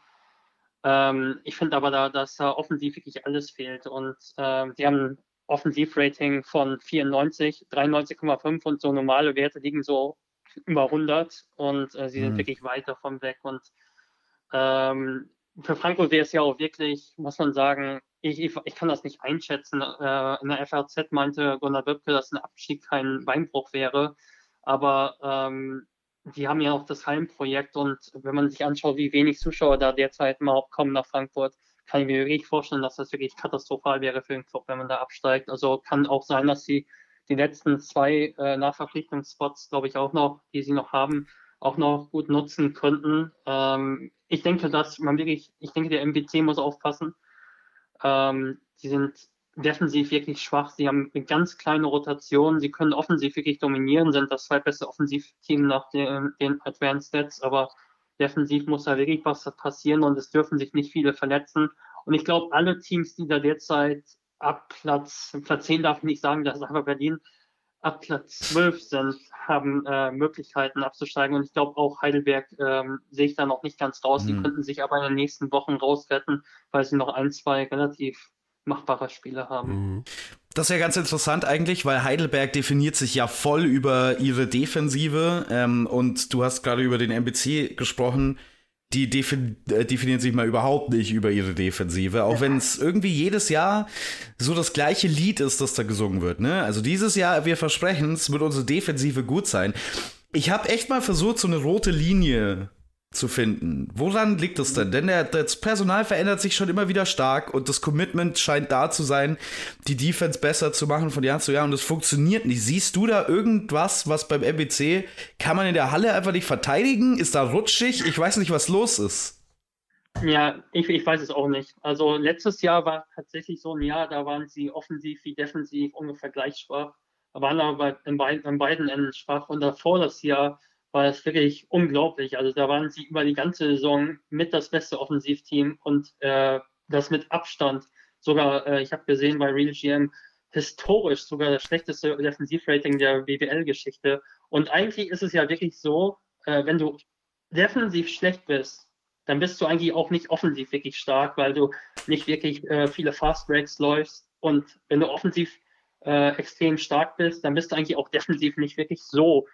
Ähm, ich finde aber, da, dass da offensiv wirklich alles fehlt. Und ähm, die haben ein Offensivrating von vierundneunzig, dreiundneunzig Komma fünf und so normale Werte liegen so über hundert und äh, sie sind Mhm. wirklich weit davon weg. Und ähm, für Frankfurt wäre es ja auch wirklich, muss man sagen, ich, ich, ich kann das nicht einschätzen. Äh, in der F A Z meinte Gunnar Böpke, dass ein Abstieg kein Beinbruch wäre. Aber ähm, die haben ja auch das Heimprojekt und wenn man sich anschaut, wie wenig Zuschauer da derzeit überhaupt kommen nach Frankfurt, kann ich mir wirklich vorstellen, dass das wirklich katastrophal wäre für den Club, wenn man da absteigt. Also kann auch sein, dass sie die letzten zwei äh, Nachverpflichtungsspots, glaube ich, auch noch, die sie noch haben, auch noch gut nutzen könnten. Ähm, ich denke, dass man wirklich, ich denke, der M B C muss aufpassen. Ähm, die sind defensiv wirklich schwach. Sie haben eine ganz kleine Rotation. Sie können offensiv wirklich dominieren, sind das zweitbeste Offensivteam nach den, den Advanced Stats, aber defensiv muss da wirklich was passieren und es dürfen sich nicht viele verletzen. Und ich glaube, alle Teams, die da derzeit ab Platz, Platz zehn darf ich nicht sagen, das ist einfach Berlin, ab Platz zwölf sind, haben äh, Möglichkeiten abzusteigen. Und ich glaube auch Heidelberg ähm, sehe ich da noch nicht ganz raus. Die Mhm. könnten sich aber in den nächsten Wochen rausretten, weil sie noch ein, zwei relativ machbare Spiele haben. Mhm. Das ist ja ganz interessant eigentlich, weil Heidelberg definiert sich ja voll über ihre Defensive ähm, und du hast gerade über den M B C gesprochen, die defin äh, definieren sich mal überhaupt nicht über ihre Defensive, auch wenn es irgendwie jedes Jahr so das gleiche Lied ist, das da gesungen wird, ne? Also dieses Jahr, wir versprechen, es wird unsere Defensive gut sein. Ich habe echt mal versucht, so eine rote Linie zu finden. Woran liegt das denn? Denn der, das Personal verändert sich schon immer wieder stark und das Commitment scheint da zu sein, die Defense besser zu machen von Jahr zu Jahr und das funktioniert nicht. Siehst du da irgendwas, was beim M B C, kann man in der Halle einfach nicht verteidigen? Ist da rutschig? Ich weiß nicht, was los ist. Ja, ich, ich weiß es auch nicht. Also letztes Jahr war tatsächlich so ein Jahr, da waren sie offensiv wie defensiv ungefähr gleich schwach, waren aber in beiden, an beiden Enden schwach und davor das Jahr war es wirklich unglaublich. Also da waren sie über die ganze Saison mit das beste Offensivteam und äh, das mit Abstand. Sogar, äh, ich habe gesehen bei Real G M, historisch sogar das schlechteste Defensivrating der B W L-Geschichte. Und eigentlich ist es ja wirklich so, äh, wenn du defensiv schlecht bist, dann bist du eigentlich auch nicht offensiv wirklich stark, weil du nicht wirklich äh, viele Fast Breaks läufst. Und wenn du offensiv äh, extrem stark bist, dann bist du eigentlich auch defensiv nicht wirklich so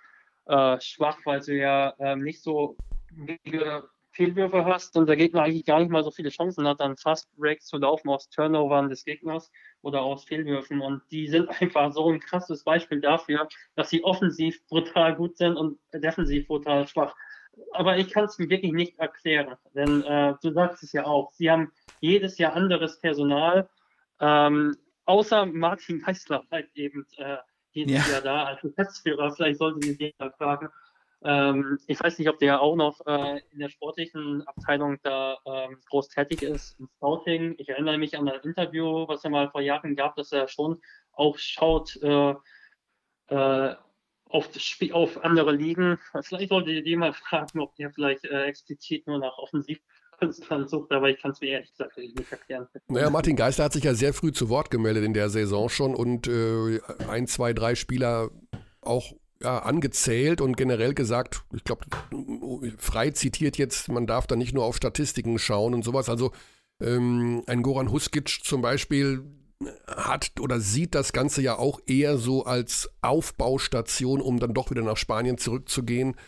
äh, schwach, weil du ja ähm, nicht so wenige Fehlwürfe hast und der Gegner eigentlich gar nicht mal so viele Chancen hat, dann Fast Breaks zu laufen aus Turnovern des Gegners oder aus Fehlwürfen. Und die sind einfach so ein krasses Beispiel dafür, dass sie offensiv brutal gut sind und defensiv brutal schwach. Aber ich kann es mir wirklich nicht erklären, denn äh, du sagst es ja auch, sie haben jedes Jahr anderes Personal, ähm, außer Martin Geisler halt eben äh, jedes Ja. Jahr da als Geschäftsführer. Vielleicht sollten Sie den mal fragen. Ähm, ich weiß nicht, ob der auch noch äh, in der sportlichen Abteilung da ähm, groß tätig ist im Scouting. Ich erinnere mich an ein Interview, was er mal vor Jahren gab, dass er schon auch schaut äh, äh, auf, das Spiel, auf andere Ligen. Vielleicht solltet ihr den mal fragen, ob der vielleicht äh, explizit nur nach Offensivkünstlern sucht, aber ich kann es mir ehrlich gesagt nicht erklären. Naja, Martin Geisler hat sich ja sehr früh zu Wort gemeldet in der Saison schon und äh, ein, zwei, drei Spieler auch ja, angezählt und generell gesagt, ich glaube, frei zitiert jetzt, man darf da nicht nur auf Statistiken schauen und sowas. Also ähm, ein Goran Huskic zum Beispiel hat oder sieht das Ganze ja auch eher so als Aufbaustation, um dann doch wieder nach Spanien zurückzugehen.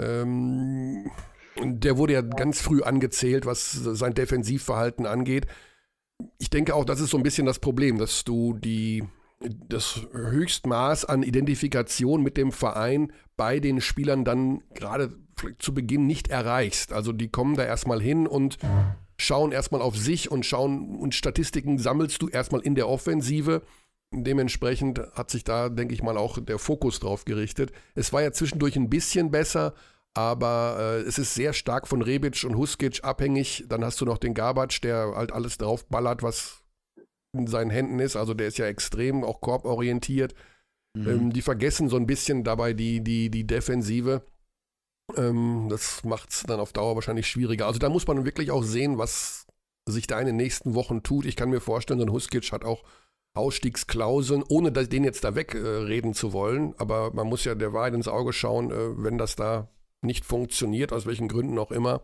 Ähm, der wurde ja ganz früh angezählt, was sein Defensivverhalten angeht. Ich denke auch, das ist so ein bisschen das Problem, dass du die das Höchstmaß an Identifikation mit dem Verein bei den Spielern dann gerade zu Beginn nicht erreichst. Also die kommen da erstmal hin und schauen erstmal auf sich und schauen und Statistiken sammelst du erstmal in der Offensive. Dementsprechend hat sich da, denke ich mal, auch der Fokus drauf gerichtet. Es war ja zwischendurch ein bisschen besser, aber äh, es ist sehr stark von Rebic und Huskic abhängig. Dann hast du noch den Gabac, der halt alles draufballert, was in seinen Händen ist, also der ist ja extrem auch korborientiert. Mhm. Ähm, die vergessen so ein bisschen dabei die, die, die Defensive. Ähm, das macht es dann auf Dauer wahrscheinlich schwieriger. Also da muss man wirklich auch sehen, was sich da in den nächsten Wochen tut. Ich kann mir vorstellen, so ein Huskic hat auch Ausstiegsklauseln, ohne den jetzt da wegreden äh, zu wollen. Aber man muss ja der Wahrheit ins Auge schauen, äh, wenn das da nicht funktioniert, aus welchen Gründen auch immer,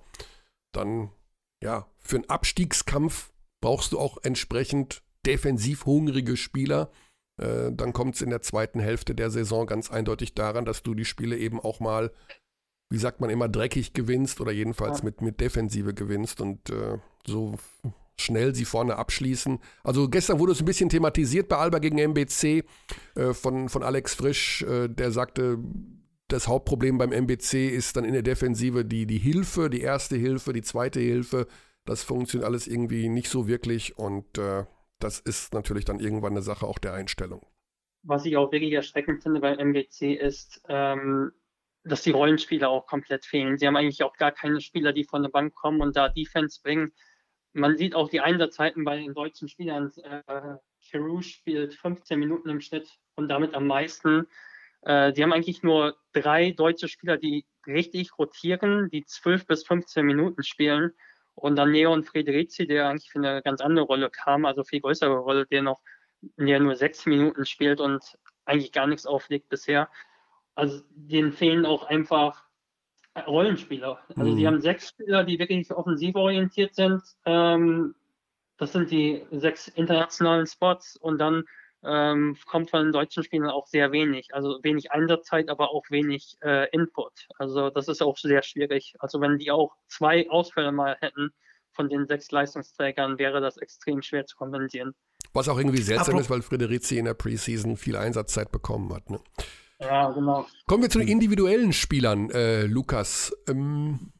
dann ja, für einen Abstiegskampf brauchst du auch entsprechend defensiv hungrige Spieler, äh, dann kommt es in der zweiten Hälfte der Saison ganz eindeutig daran, dass du die Spiele eben auch mal, wie sagt man immer, dreckig gewinnst oder jedenfalls ja. mit, mit Defensive gewinnst und äh, so schnell sie vorne abschließen. Also gestern wurde es ein bisschen thematisiert bei Alba gegen M B C äh, von, von Alex Frisch, äh, der sagte, das Hauptproblem beim M B C ist dann in der Defensive die, die Hilfe, die erste Hilfe, die zweite Hilfe. Das funktioniert alles irgendwie nicht so wirklich und äh, das ist natürlich dann irgendwann eine Sache auch der Einstellung. Was ich auch wirklich erschreckend finde beim M B C ist, ähm, dass die Rollenspieler auch komplett fehlen. Sie haben eigentlich auch gar keine Spieler, die von der Bank kommen und da Defense bringen. Man sieht auch die Einsatzzeiten bei den deutschen Spielern. Äh, Giroud spielt fünfzehn Minuten im Schnitt und damit am meisten. Äh, die haben eigentlich nur drei deutsche Spieler, die richtig rotieren, die zwölf bis fünfzehn Minuten spielen. Und dann Leon Frederici, der eigentlich für eine ganz andere Rolle kam, also viel größere Rolle, der noch der nur sechs Minuten spielt und eigentlich gar nichts auflegt bisher. Also denen fehlen auch einfach Rollenspieler. Also mhm. die haben sechs Spieler, die wirklich offensiv orientiert sind. Ähm, das sind die sechs internationalen Spots und dann ähm, kommt von den deutschen Spielern auch sehr wenig. Also wenig Einsatzzeit, aber auch wenig äh, Input. Also das ist auch sehr schwierig. Also wenn die auch zwei Ausfälle mal hätten von den sechs Leistungsträgern, wäre das extrem schwer zu kompensieren. Was auch irgendwie seltsam aber ist, weil Frederici in der Preseason viel Einsatzzeit bekommen hat. Ne? Ja, genau. Kommen wir zu den individuellen Spielern, äh, Lukas. Ähm,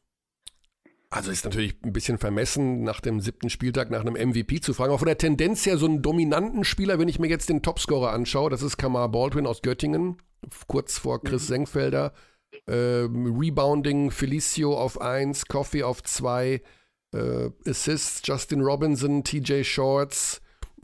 also ist natürlich ein bisschen vermessen, nach dem siebten Spieltag nach einem M V P zu fragen. Aber von der Tendenz her so einen dominanten Spieler, wenn ich mir jetzt den Topscorer anschaue, das ist Kamar Baldwin aus Göttingen, kurz vor Chris mhm. Senkfelder. Ähm, Rebounding, Felicio auf eins, Coffee auf zwei, äh, Assists, Justin Robinson, T J Shorts.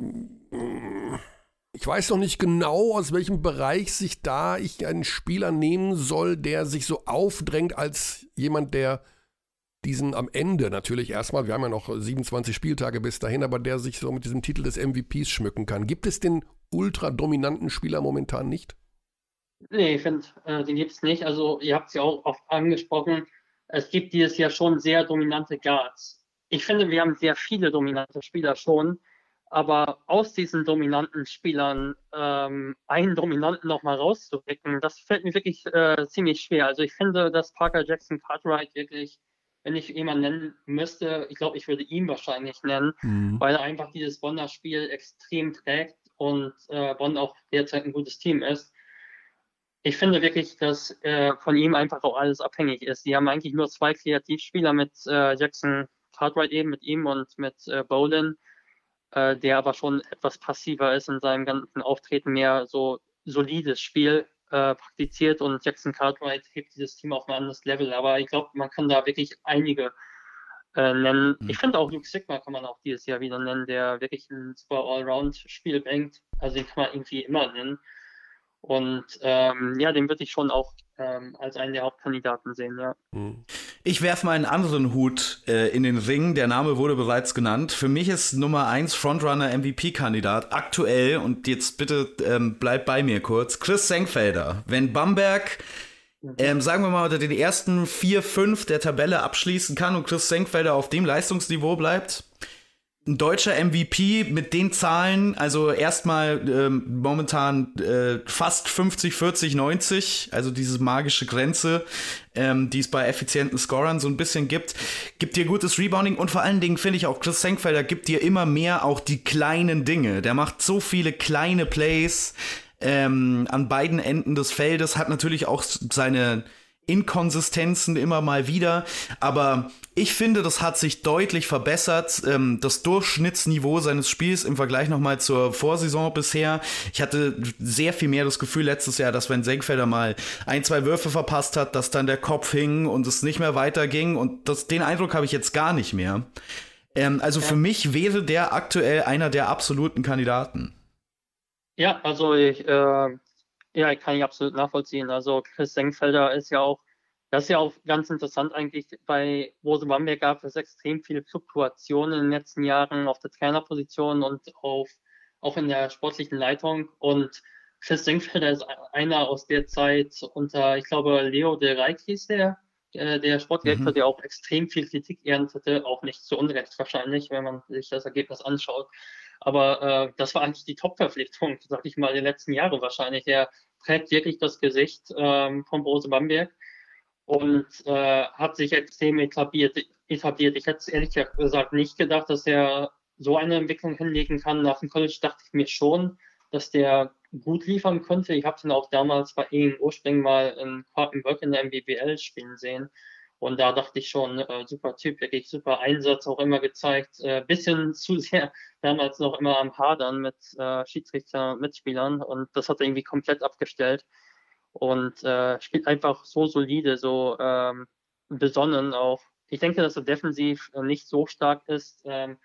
Ich weiß noch nicht genau, aus welchem Bereich sich da ich einen Spieler nehmen soll, der sich so aufdrängt als jemand, der diesen am Ende natürlich erstmal, wir haben ja noch siebenundzwanzig Spieltage bis dahin, aber der sich so mit diesem Titel des M V Ps schmücken kann. Gibt es den ultra dominanten Spieler momentan nicht? Nee, ich finde, äh, den gibt es nicht. Also ihr habt es ja auch oft angesprochen, es gibt dieses Jahr schon sehr dominante Guards. Ich finde, wir haben sehr viele dominante Spieler schon. Aber aus diesen dominanten Spielern ähm, einen dominanten nochmal rauszupicken, das fällt mir wirklich äh, ziemlich schwer. Also ich finde, dass Parker Jackson Cartwright wirklich, wenn ich jemanden nennen müsste, ich glaube, ich würde ihn wahrscheinlich nennen, mhm. weil er einfach dieses Bonner Spiel extrem trägt und äh, Bonn auch derzeit ein gutes Team ist. Ich finde wirklich, dass äh, von ihm einfach auch alles abhängig ist. Die haben eigentlich nur zwei Kreativspieler mit äh, Jackson Cartwright eben, mit ihm und mit äh, Bolin, äh, der aber schon etwas passiver ist in seinem ganzen Auftreten, mehr so solides Spiel äh, praktiziert, und Jackson Cartwright hebt dieses Team auf ein anderes Level. Aber ich glaube, man kann da wirklich einige äh, nennen. Mhm. Ich finde auch Luke Sigma kann man auch dieses Jahr wieder nennen, der wirklich ein super Allround-Spiel bringt. Also den kann man irgendwie immer nennen. Und ähm, ja, den würde ich schon auch ähm, als einen der Hauptkandidaten sehen, ja. Ich werfe mal einen anderen Hut äh, in den Ring. Der Name wurde bereits genannt. Für mich ist Nummer eins Frontrunner M V P-Kandidat aktuell, und jetzt bitte ähm, bleib bei mir kurz, Chris Senkfelder. Wenn Bamberg, ähm, sagen wir mal, unter den ersten vier, fünf der Tabelle abschließen kann und Chris Senkfelder auf dem Leistungsniveau bleibt, ein deutscher M V P mit den Zahlen, also erstmal ähm, momentan äh, fast fünfzig, vierzig, neunzig, also diese magische Grenze, ähm, die es bei effizienten Scorern so ein bisschen gibt, gibt dir gutes Rebounding, und vor allen Dingen finde ich auch, Chris Senkfelder gibt dir immer mehr auch die kleinen Dinge. Der macht so viele kleine Plays ähm, an beiden Enden des Feldes, hat natürlich auch seine Inkonsistenzen immer mal wieder, aber ich finde, das hat sich deutlich verbessert, ähm, das Durchschnittsniveau seines Spiels im Vergleich nochmal zur Vorsaison bisher. Ich hatte sehr viel mehr das Gefühl letztes Jahr, dass wenn Senkfelder mal ein, zwei Würfe verpasst hat, dass dann der Kopf hing und es nicht mehr weiterging, und das, den Eindruck habe ich jetzt gar nicht mehr. Ähm, also ja. Für mich wäre der aktuell einer der absoluten Kandidaten. Ja, also ich äh Ja, kann ich absolut nachvollziehen. Also Chris Senkfelder ist ja auch, das ist ja auch ganz interessant eigentlich, bei Rose Bamberg gab es extrem viele Fluktuationen in den letzten Jahren auf der Trainerposition und auf, auch in der sportlichen Leitung. Und Chris Senkfelder ist einer aus der Zeit unter, ich glaube, Leo de Rijk hieß der, der Sportdirektor, mhm. der auch extrem viel Kritik erntete, auch nicht zu Unrecht wahrscheinlich, wenn man sich das Ergebnis anschaut. Aber äh, das war eigentlich die Top-Verpflichtung, sag ich mal, der letzten Jahre wahrscheinlich. Er trägt wirklich das Gesicht ähm, von Brose Bamberg und äh, hat sich extrem etabliert, etabliert. Ich hätte ehrlich gesagt nicht gedacht, dass er so eine Entwicklung hinlegen kann. Nach dem College dachte ich mir schon, dass der gut liefern könnte. Ich habe ihn auch damals bei ihm ursprünglich mal in Quartenberg in der M B B L spielen sehen. Und da dachte ich schon, äh, super Typ, wirklich super Einsatz auch immer gezeigt. Äh, bisschen zu sehr damals noch immer am Hadern mit äh, Schiedsrichter und Mitspielern. Und das hat er irgendwie komplett abgestellt. Und äh, spielt einfach so solide, so ähm, besonnen auch. Ich denke, dass er defensiv äh, nicht so stark ist, ähm,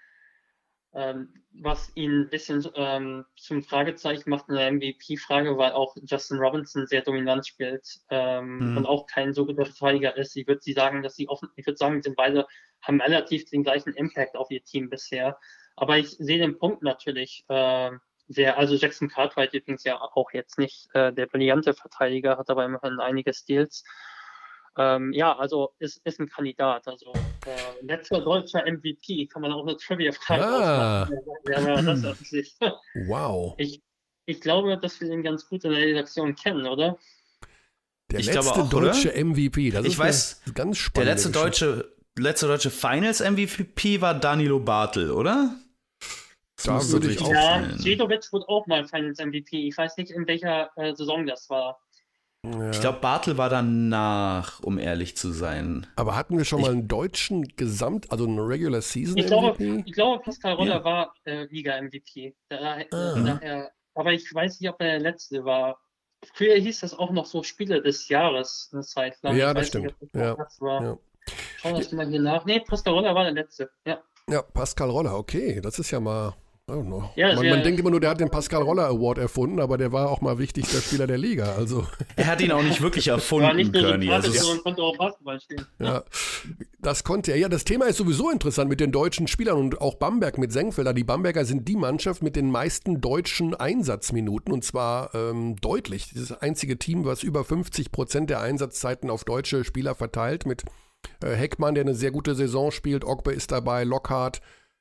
ähm, was ihn ein bisschen ähm, zum Fragezeichen macht in der M V P-Frage, weil auch Justin Robinson sehr dominant spielt ähm, mhm. und auch kein so guter Verteidiger ist. Ich würde sie sagen, dass sie offen, ich würde sagen, sind beide haben relativ den gleichen Impact auf ihr Team bisher. Aber ich sehe den Punkt natürlich äh, sehr, also Jackson Cartwright übrigens ja auch jetzt nicht äh, der brillante Verteidiger, hat aber immerhin einige Steals. Ähm, ja, also ist, ist ein Kandidat. Also äh, letzter deutscher M V P, kann man auch eine Trivia-Frage ah. ausmachen. Ja, ja, das hat sich. Wow. Ich, ich glaube, dass wir den ganz gut in der Redaktion kennen, oder? Der ich letzte auch, deutsche oder? M V P, das ich ist weiß, ganz spannend. Der letzte deutsche, letzte deutsche Finals-M V P war Danilo Bartel, oder? Das da würde ich auch Ja, Cedovic wurde auch mal Finals-M V P. Ich weiß nicht, in welcher äh, Saison das war. Ja. Ich glaube, Bartel war danach, um ehrlich zu sein. Aber hatten wir schon ich, mal einen deutschen Gesamt, also einen Regular Season ich M V P? Glaube, ich glaube, Pascal Roller ja. war äh, Liga-M V P. Da, ah. daher, aber ich weiß nicht, ob er der letzte war. Früher hieß das auch noch so Spieler des Jahres eine Zeit lang. Ja, ich das weiß stimmt. Nicht, ob das ja. war. Ja. Schauen wir das mal hier nach. Nee, Pascal Roller war der letzte. Ja, ja Pascal Roller, okay. Das ist ja mal... Ja, man, man denkt immer nur, der hat den Pascal Roller Award erfunden, aber der war auch mal wichtigster Spieler der Liga. Also. Er hat ihn auch nicht wirklich erfunden, ja, nicht Körny. Also ja. konnte auch Basketball spielen. Ja, das konnte er. Ja, das Thema ist sowieso interessant mit den deutschen Spielern und auch Bamberg mit Senkfelder. Die Bamberger sind die Mannschaft mit den meisten deutschen Einsatzminuten, und zwar ähm, deutlich. Das einzige Team, was über fünfzig Prozent der Einsatzzeiten auf deutsche Spieler verteilt, mit äh, Heckmann, der eine sehr gute Saison spielt, Ogbe ist dabei, Lockhart,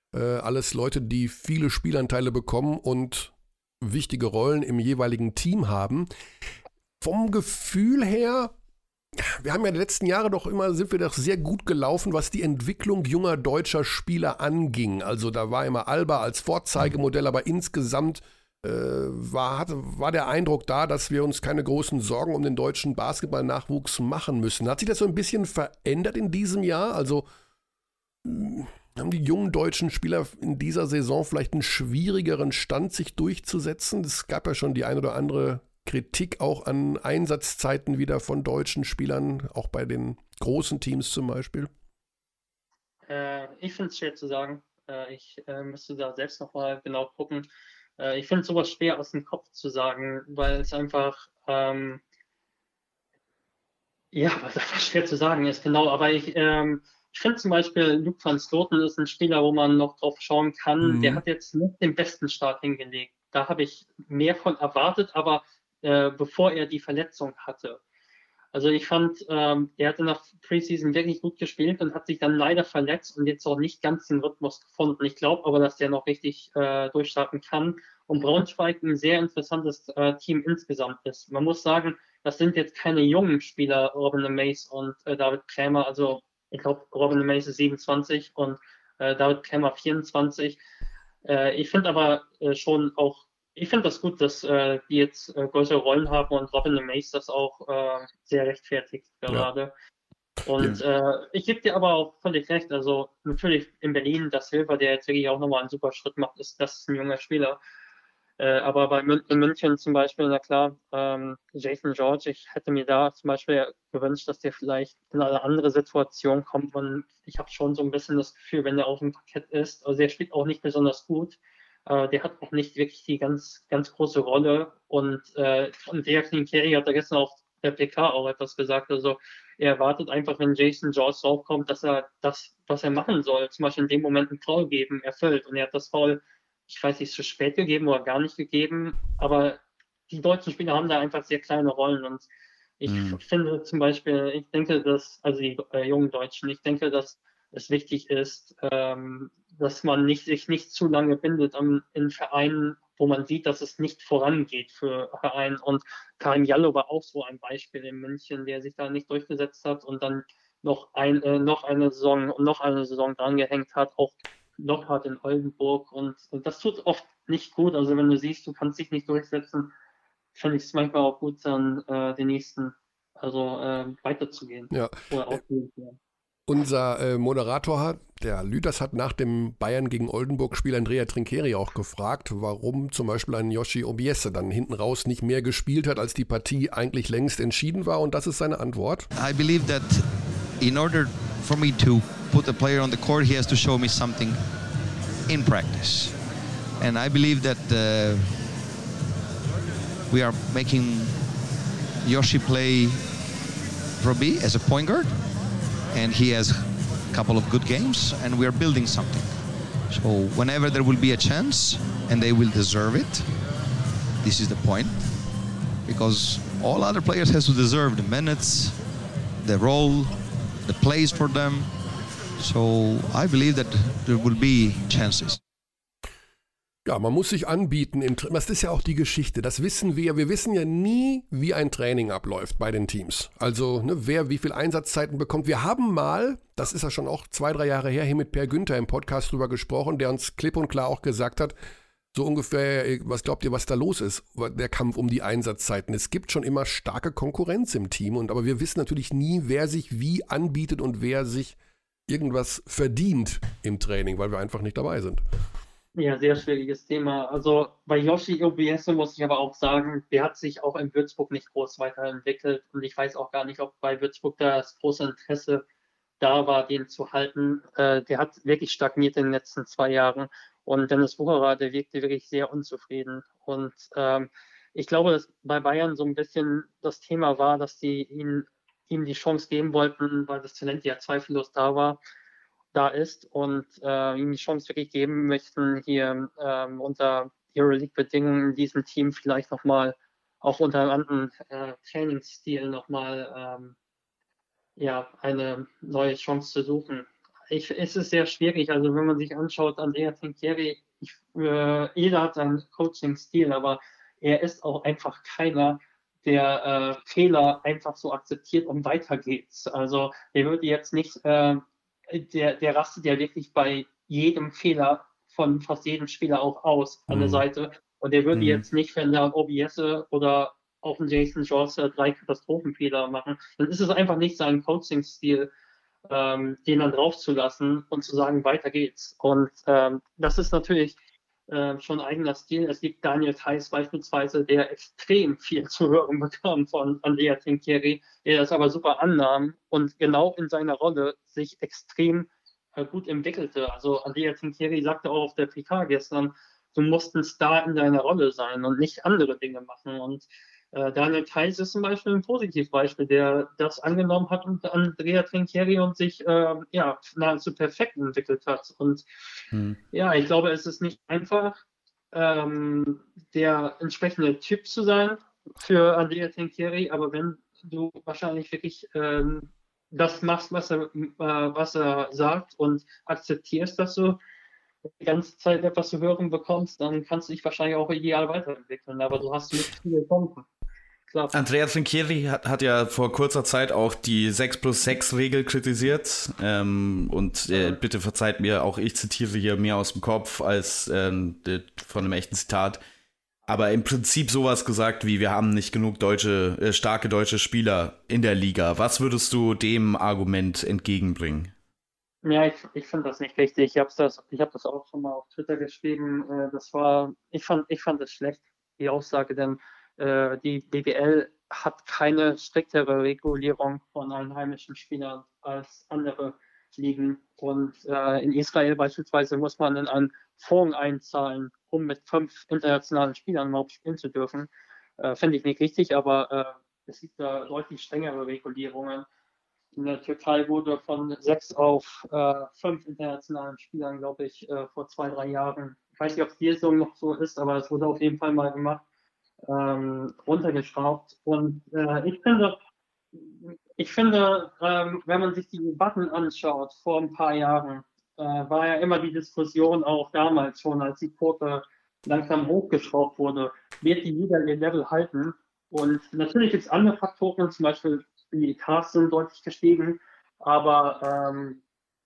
Äh, alles Leute, die viele Spielanteile bekommen und wichtige Rollen im jeweiligen Team haben. Vom Gefühl her, wir haben ja die letzten Jahre doch immer, sind wir doch sehr gut gelaufen, was die Entwicklung junger deutscher Spieler anging. Also da war immer Alba als Vorzeigemodell, aber insgesamt äh, war, hatte, war der Eindruck da, dass wir uns keine großen Sorgen um den deutschen Basketballnachwuchs machen müssen. Hat sich das so ein bisschen verändert in diesem Jahr? Also mh, haben die jungen deutschen Spieler in dieser Saison vielleicht einen schwierigeren Stand, sich durchzusetzen? Es gab ja schon die ein oder andere Kritik auch an Einsatzzeiten wieder von deutschen Spielern, auch bei den großen Teams zum Beispiel. Äh, ich finde es schwer zu sagen. Äh, ich äh, müsste da selbst nochmal genau gucken. Äh, ich finde sowas schwer aus dem Kopf zu sagen, weil es einfach, ähm, ja, was einfach schwer zu sagen ist, genau. Aber ich, ähm, ich finde zum Beispiel, Luke van Sloten ist ein Spieler, wo man noch drauf schauen kann. Mhm. Der hat jetzt nicht den besten Start hingelegt. Da habe ich mehr von erwartet, aber äh, bevor er die Verletzung hatte. Also ich fand, ähm, er hat in der Preseason wirklich gut gespielt und hat sich dann leider verletzt und jetzt auch nicht ganz den Rhythmus gefunden. Ich glaube aber, dass der noch richtig äh, durchstarten kann und Braunschweig ein sehr interessantes äh, Team insgesamt ist. Man muss sagen, das sind jetzt keine jungen Spieler, Robin Mace und äh, David Krämer. Also ich glaube, Robin Mace ist siebenundzwanzig und äh, David Krämer vierundzwanzig. Äh, ich finde aber äh, schon auch Ich finde das gut, dass äh, die jetzt äh, größere Rollen haben und Robin Mace das auch äh, sehr rechtfertigt gerade. Ja. Und äh, ich gebe dir aber auch völlig recht. Also natürlich in Berlin, das Silver, der jetzt wirklich auch nochmal einen super Schritt macht, ist das ist ein junger Spieler. Äh, aber bei Mün in München zum Beispiel, na klar, ähm, Jason George, ich hätte mir da zum Beispiel gewünscht, dass der vielleicht in eine andere Situation kommt. Und ich habe schon so ein bisschen das Gefühl, wenn der auf dem Parkett ist, also der spielt auch nicht besonders gut. Uh, der hat auch nicht wirklich die ganz, ganz große Rolle. Und äh, Andrea Klinkeri hat da gestern auch der P K auch etwas gesagt. Also er erwartet einfach, wenn Jason George draufkommt, dass er das, was er machen soll, zum Beispiel in dem Moment ein Foul geben, erfüllt. Und er hat das Foul, ich weiß nicht, zu spät gegeben oder gar nicht gegeben. Aber die deutschen Spieler haben da einfach sehr kleine Rollen. Und ich mhm. finde zum Beispiel, ich denke, dass, also die äh, jungen Deutschen, ich denke, dass es wichtig ist, ähm, dass man nicht, sich nicht zu lange bindet am, in Vereinen, wo man sieht, dass es nicht vorangeht für Vereine. Und Karim Jallo war auch so ein Beispiel in München, der sich da nicht durchgesetzt hat und dann noch, ein, äh, noch eine Saison und noch eine Saison drangehängt hat, auch Lockhart in Oldenburg. Und, und das tut oft nicht gut. Also wenn du siehst, du kannst dich nicht durchsetzen, finde ich es manchmal auch gut, dann äh, den nächsten, also äh, weiterzugehen. Ja. Oder auszuführen. Unser äh, Moderator, hat, der Lüders, hat nach dem Bayern gegen Oldenburg-Spiel Andrea Trinkeri auch gefragt, warum zum Beispiel ein Yoshi Obiese dann hinten raus nicht mehr gespielt hat, als die Partie eigentlich längst entschieden war. Und das ist seine Antwort. I believe that in order for me to put a player on the court, he has to show me something in practice. And I believe that uh, we are making Yoshi play Robbie as a point guard. And he has a couple of good games, and we are building something. So whenever there will be a chance, and they will deserve it, this is the point. Because all other players have to deserve the minutes, the role, the plays for them. So I believe that there will be chances. Ja, man muss sich anbieten. Im Tra- das ist ja auch die Geschichte. Das wissen wir. Wir wissen ja nie, wie ein Training abläuft bei den Teams. Also, ne, wer wie viel Einsatzzeiten bekommt. Wir haben mal, das ist ja schon auch zwei, drei Jahre her, hier mit Per Günther im Podcast drüber gesprochen, der uns klipp und klar auch gesagt hat, so ungefähr, was glaubt ihr, was da los ist, der Kampf um die Einsatzzeiten. Es gibt schon immer starke Konkurrenz im Team, und aber wir wissen natürlich nie, wer sich wie anbietet und wer sich irgendwas verdient im Training, weil wir einfach nicht dabei sind. Ja, sehr schwieriges Thema. Also bei Yoshi Obiese muss ich aber auch sagen, der hat sich auch in Würzburg nicht groß weiterentwickelt, und ich weiß auch gar nicht, ob bei Würzburg da das große Interesse da war, den zu halten. Äh, der hat wirklich stagniert in den letzten zwei Jahren, und Dennis Wucherer, der wirkte wirklich sehr unzufrieden. Und ähm, ich glaube, dass bei Bayern so ein bisschen das Thema war, dass die ihn, ihm die Chance geben wollten, weil das Talent ja zweifellos da war. da ist und äh, ihm die Chance wirklich geben möchten, hier ähm, unter Euroleague-Bedingungen in diesem Team vielleicht nochmal auch unter einem anderen äh, Trainingsstil nochmal ähm, ja, eine neue Chance zu suchen. ich, es ist sehr schwierig. Also wenn man sich anschaut, Andrea Trinchieri, ich, äh, jeder hat seinen Coaching-Stil, aber er ist auch einfach keiner, der äh, Fehler einfach so akzeptiert und weiter geht's. Also der würde jetzt nicht, äh, der, der rastet ja wirklich bei jedem Fehler von fast jedem Spieler auch aus an mhm. der Seite. Und der würde mhm. jetzt nicht, wenn da O B S oder auch ein Jason Jones drei Katastrophenfehler machen, dann ist es einfach nicht sein Coaching-Stil, ähm, den dann draufzulassen und zu sagen, weiter geht's. Und ähm, das ist natürlich äh, schon eigener Stil. Es gibt Daniel Theis beispielsweise, der extrem viel zu hören bekam von Andrea Trinchieri, der das aber super annahm und genau in seiner Rolle sich extrem äh, gut entwickelte. Also Andrea Trinchieri sagte auch auf der P K gestern, du musst ein Star in deiner Rolle sein und nicht andere Dinge machen. Und äh, Daniel Theis ist zum Beispiel ein Positivbeispiel, der das angenommen hat unter Andrea Trinchieri und sich äh, ja, nahezu perfekt entwickelt hat. Und hm. ja, ich glaube, es ist nicht einfach, ähm, der entsprechende Typ zu sein für Andrea Trinchieri, aber wenn du wahrscheinlich wirklich ähm, das machst, was er, äh, was er sagt und akzeptierst, dass du die ganze Zeit etwas zu hören bekommst, dann kannst du dich wahrscheinlich auch ideal weiterentwickeln, aber du hast nicht viele Chancen. Klar. Andrea Trinchieri hat, hat ja vor kurzer Zeit auch die sechs plus sechs Regel kritisiert ähm, und äh, bitte verzeiht mir, auch ich zitiere hier mehr aus dem Kopf als ähm, von einem echten Zitat, aber im Prinzip sowas gesagt wie, wir haben nicht genug deutsche, äh, starke deutsche Spieler in der Liga. Was würdest du dem Argument entgegenbringen? Ja, ich, ich finde das nicht richtig. Ich habe das, ich habe das auch schon mal auf Twitter geschrieben. Äh, das war, ich fand, ich fand das schlecht, die Aussage, denn äh, die B W L hat keine striktere Regulierung von einheimischen Spielern als andere Ligen. Und äh, in Israel beispielsweise muss man in einen Fonds einzahlen, um mit fünf internationalen Spielern überhaupt spielen zu dürfen. Äh, finde ich nicht richtig, aber äh, es gibt da deutlich strengere Regulierungen. In der Türkei wurde von sechs auf äh, fünf internationalen Spielern, glaube ich, äh, vor zwei, drei Jahren, ich weiß nicht, ob es hier so noch so ist, aber es wurde auf jeden Fall mal gemacht, ähm, runtergeschraubt. Und äh, ich finde, ich finde ähm, wenn man sich die Debatten anschaut vor ein paar Jahren, äh, war ja immer die Diskussion auch damals schon, als die Quote langsam hochgeschraubt wurde, wird die Liga ihr Level halten? Und natürlich gibt es andere Faktoren, zum Beispiel die Cars sind deutlich gestiegen, aber ähm,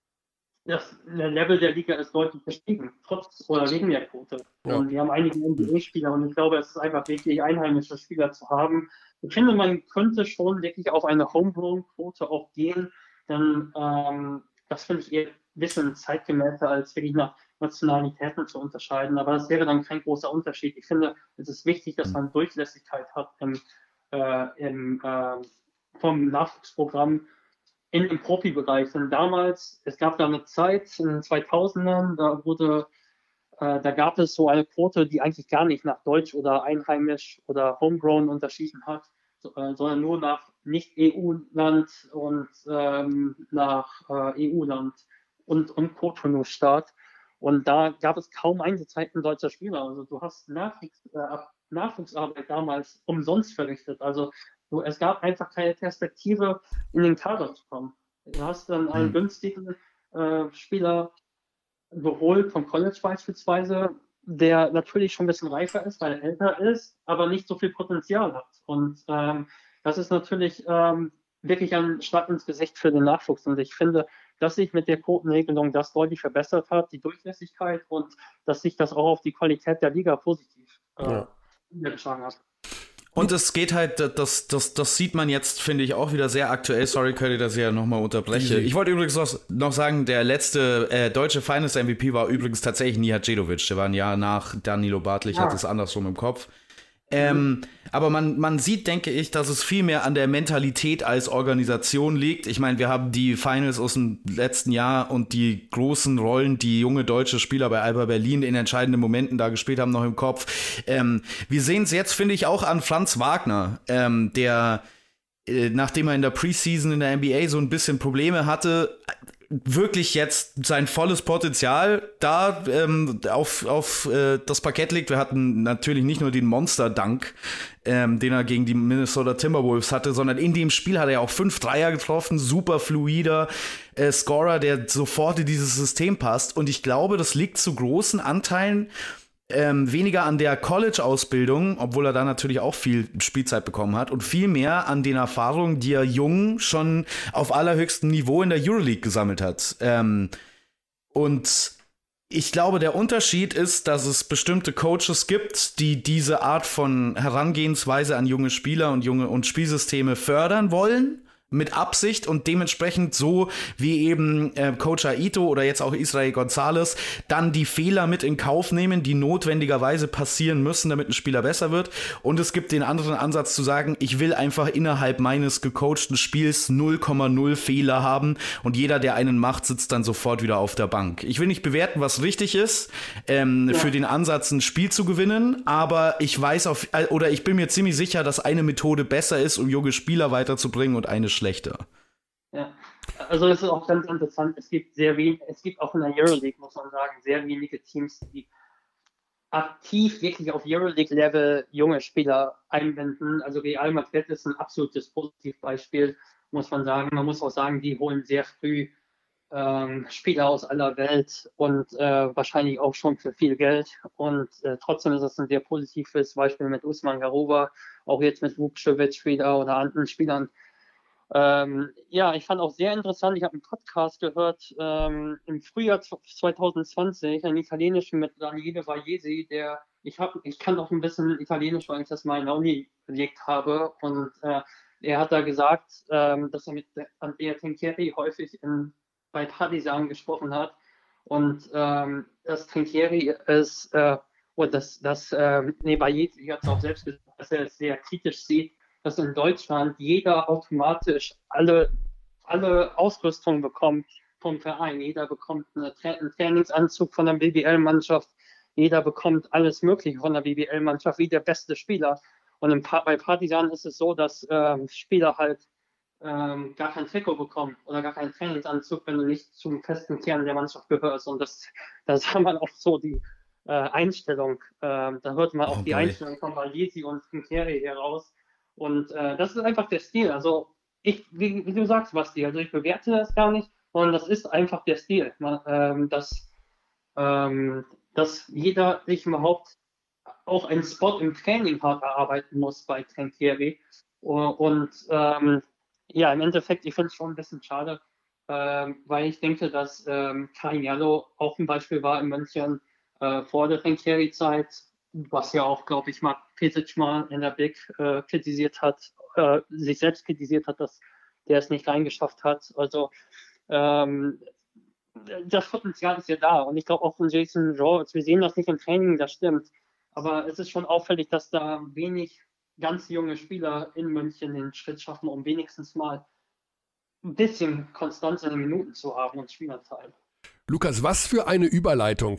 das der Level der Liga ist deutlich gestiegen, trotz oder wegen der Quote. Ja. Und wir haben einige N B A-Spieler und ich glaube, es ist einfach wichtig, einheimische Spieler zu haben. Ich finde, man könnte schon wirklich auf eine Homegrown-Quote auch gehen, denn ähm, das finde ich eher ein bisschen zeitgemäßer, als wirklich nach Nationalitäten zu unterscheiden. Aber das wäre dann kein großer Unterschied. Ich finde, es ist wichtig, dass man Durchlässigkeit hat im, äh, im äh, vom Nachwuchsprogramm in dem Profibereich. Und damals, es gab da eine Zeit in den zweitausendern, da wurde, äh, da gab es so eine Quote, die eigentlich gar nicht nach Deutsch oder einheimisch oder Homegrown unterschieden hat, so, äh, sondern nur nach Nicht-E U-Land und ähm, nach äh, E U-Land und, und Cotonou-Staat. Und da gab es kaum Einsatzzeiten deutscher Spieler. Also du hast Nachwuchs, äh, Nachwuchsarbeit damals umsonst verrichtet. Also du, es gab einfach keine Perspektive, in den Kader zu kommen. Du hast dann einen günstigen äh, Spieler geholt vom College beispielsweise, der natürlich schon ein bisschen reifer ist, weil er älter ist, aber nicht so viel Potenzial hat. Und ähm, das ist natürlich ähm, wirklich ein Schlag ins Gesicht für den Nachwuchs. Und ich finde, dass sich mit der Quotenregelung das deutlich verbessert hat, die Durchlässigkeit, und dass sich das auch auf die Qualität der Liga positiv äh, ja. niedergeschlagen hat. Und es geht halt, das, das, das sieht man jetzt, finde ich, auch wieder sehr aktuell. Sorry, Curly, dass ich ja nochmal unterbreche. Ich wollte übrigens noch, noch sagen, der letzte äh, deutsche Finals-M V P war übrigens tatsächlich Nihat-Djedovic. Der war ein Jahr nach Danilo Bartlich, ja. Hat es andersrum im Kopf. Ähm, aber man, man sieht, denke ich, dass es viel mehr an der Mentalität als Organisation liegt. Ich meine, wir haben die Finals aus dem letzten Jahr und die großen Rollen, die junge deutsche Spieler bei Alba Berlin in entscheidenden Momenten da gespielt haben, noch im Kopf. Ähm, wir sehen es jetzt, finde ich, auch an Franz Wagner, ähm, der, äh, nachdem er in der Preseason in der N B A so ein bisschen Probleme hatte, wirklich jetzt sein volles Potenzial da ähm, auf, auf äh, das Parkett legt. Wir hatten natürlich nicht nur den Monster-Dunk, ähm, den er gegen die Minnesota Timberwolves hatte, sondern in dem Spiel hat er auch fünf Dreier getroffen, super fluider äh, Scorer, der sofort in dieses System passt. Und ich glaube, das liegt zu großen Anteilen Ähm, weniger an der College-Ausbildung, obwohl er da natürlich auch viel Spielzeit bekommen hat, und viel mehr an den Erfahrungen, die er jung schon auf allerhöchstem Niveau in der Euroleague gesammelt hat. Ähm, und ich glaube, der Unterschied ist, dass es bestimmte Coaches gibt, die diese Art von Herangehensweise an junge Spieler und junge und Spielsysteme fördern wollen, mit Absicht, und dementsprechend so wie eben äh, Coach Aito oder jetzt auch Israel Gonzalez dann die Fehler mit in Kauf nehmen, die notwendigerweise passieren müssen, damit ein Spieler besser wird. Und es gibt den anderen Ansatz zu sagen, ich will einfach innerhalb meines gecoachten Spiels null Komma null Fehler haben, und jeder, der einen macht, sitzt dann sofort wieder auf der Bank. Ich will nicht bewerten, was richtig ist, ähm, ja. für den Ansatz ein Spiel zu gewinnen, aber ich weiß auf, oder ich bin mir ziemlich sicher, dass eine Methode besser ist, um junge Spieler weiterzubringen, und eine schlechter. Ja, also es ist auch ganz interessant, es gibt sehr wenig, es gibt auch in der Euroleague, muss man sagen, sehr wenige Teams, die aktiv wirklich auf Euroleague-Level junge Spieler einbinden. Also Real Madrid ist ein absolutes Positivbeispiel, muss man sagen. Man muss auch sagen, die holen sehr früh ähm, Spieler aus aller Welt und äh, wahrscheinlich auch schon für viel Geld. Und äh, trotzdem ist es ein sehr positives Beispiel mit Usman Garuba, auch jetzt mit Vukcevic wieder oder anderen Spielern. Ähm, ja, ich fand auch sehr interessant, ich habe einen Podcast gehört ähm, im Frühjahr zwanzig zwanzig, einen italienischen mit Daniele Vallesi, der, ich habe, ich kann auch ein bisschen Italienisch, weil ich das mal in der Uni belegt habe, und äh, er hat da gesagt, ähm, dass er mit Andrea Trinchieri häufig in, bei Partizan gesprochen hat, und ähm, das Trinchieri ist, äh, und das, das äh, nee, Vallesi hat es auch selbst gesagt, dass er es sehr kritisch sieht, dass in Deutschland jeder automatisch alle, alle Ausrüstung bekommt vom Verein. Jeder bekommt eine Tra- einen Trainingsanzug von der B B L-Mannschaft. Jeder bekommt alles Mögliche von der B B L-Mannschaft, wie der beste Spieler. Und im pa- bei Partizan ist es so, dass ähm, Spieler halt ähm, gar kein Trikot bekommen oder gar keinen Trainingsanzug, wenn du nicht zum festen Kern der Mannschaft gehörst. Und das, das sah man auch so die äh, Einstellung. Ähm, da hört man auch oh die Einstellung von Vallesi und Trinchieri heraus. Und äh, das ist einfach der Stil. Also ich, wie, wie du sagst, Basti, also ich bewerte das gar nicht, sondern das ist einfach der Stil. Man, ähm, dass, ähm, dass jeder sich überhaupt auch einen Spot im Training hart erarbeiten muss bei Trinchieri. Und ähm, ja, im Endeffekt, ich finde es schon ein bisschen schade, ähm, weil ich denke, dass ähm, Carignano auch ein Beispiel war in München äh, vor der Trinchieri-Zeit, was ja auch, glaube ich, Mark Pesic mal in der Big äh, kritisiert hat, äh, sich selbst kritisiert hat, dass der es nicht reingeschafft hat. Also ähm, das Potenzial ist ja da. Und ich glaube auch von Jason George, wir sehen das nicht im Training, das stimmt. Aber es ist schon auffällig, dass da wenig ganz junge Spieler in München den Schritt schaffen, um wenigstens mal ein bisschen Konstanz in den Minuten zu haben und Spielanteil. Lukas, was für eine Überleitung.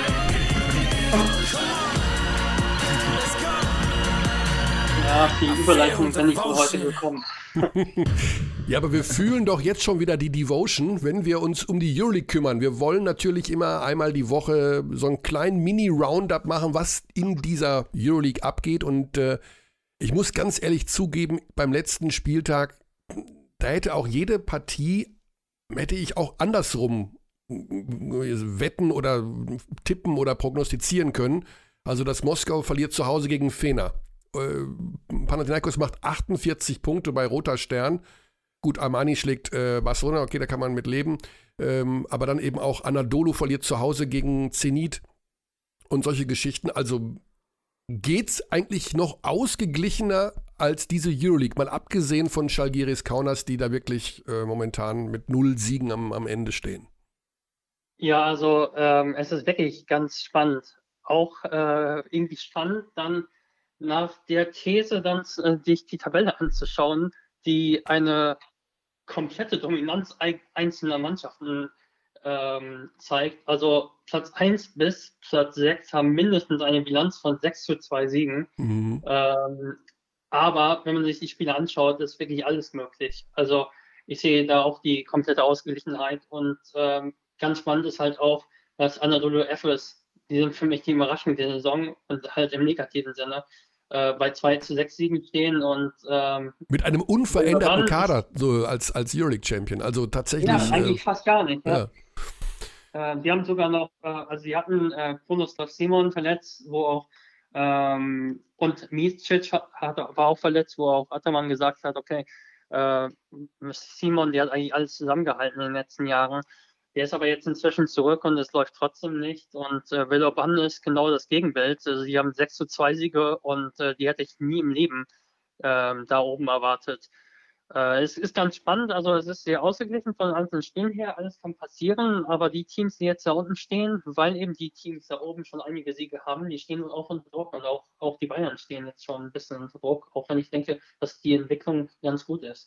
Ja, die Überleitung ist ja nicht so heute gekommen. Ja, aber wir fühlen doch jetzt schon wieder die Devotion, wenn wir uns um die Euroleague kümmern. Wir wollen natürlich immer einmal die Woche so einen kleinen Mini-Roundup machen, was in dieser Euroleague abgeht. Und äh, ich muss ganz ehrlich zugeben, beim letzten Spieltag, da hätte auch jede Partie, hätte ich auch andersrum wetten oder tippen oder prognostizieren können. Also, dass Moskau verliert zu Hause gegen Fener. Äh, Panathinaikos macht achtundvierzig Punkte bei Roter Stern. Gut, Armani schlägt äh, Barcelona, okay, da kann man mit leben. Ähm, aber dann eben auch Anadolu verliert zu Hause gegen Zenit und solche Geschichten. Also geht's eigentlich noch ausgeglichener als diese Euroleague? Mal abgesehen von Žalgiris Kaunas, die da wirklich äh, momentan mit null Siegen am, am Ende stehen. Ja, also ähm, es ist wirklich ganz spannend. Auch äh, irgendwie spannend, dann nach der These dann äh, sich die Tabelle anzuschauen, die eine komplette Dominanz ein, einzelner Mannschaften ähm, zeigt. Also Platz eins bis Platz sechs haben mindestens eine Bilanz von sechs zu zwei Siegen. Mhm. Ähm, aber wenn man sich die Spiele anschaut, ist wirklich alles möglich. Also ich sehe da auch die komplette Ausgeglichenheit und ähm, ganz spannend ist halt auch, dass Anadolu Efes, die sind für mich die Überraschung der Saison und halt im negativen Sinne, äh, bei zwei zu sechs Siegen stehen und ähm, mit einem unveränderten dann, Kader so als, als Euroleague-Champion. Also tatsächlich. Ja, eigentlich äh, fast gar nicht. Ja. Ja. Äh, die haben sogar noch, äh, also sie hatten äh, Krunoslav Simon verletzt, wo auch ähm, und Micic hat, hat, war auch verletzt, wo auch Ataman gesagt hat, okay, äh, Simon, der hat eigentlich alles zusammengehalten in den letzten Jahren. Der ist aber jetzt inzwischen zurück und es läuft trotzdem nicht. Und äh, Villeurbanne ist genau das Gegenbild. Also die haben sechs zu zwei Siege und äh, die hätte ich nie im Leben äh, da oben erwartet. Äh, es ist ganz spannend, also es ist sehr ausgeglichen von den einzelnen Spielen her, alles kann passieren, aber die Teams, die jetzt da unten stehen, weil eben die Teams da oben schon einige Siege haben, die stehen auch unter Druck und auch, auch die Bayern stehen jetzt schon ein bisschen unter Druck, auch wenn ich denke, dass die Entwicklung ganz gut ist.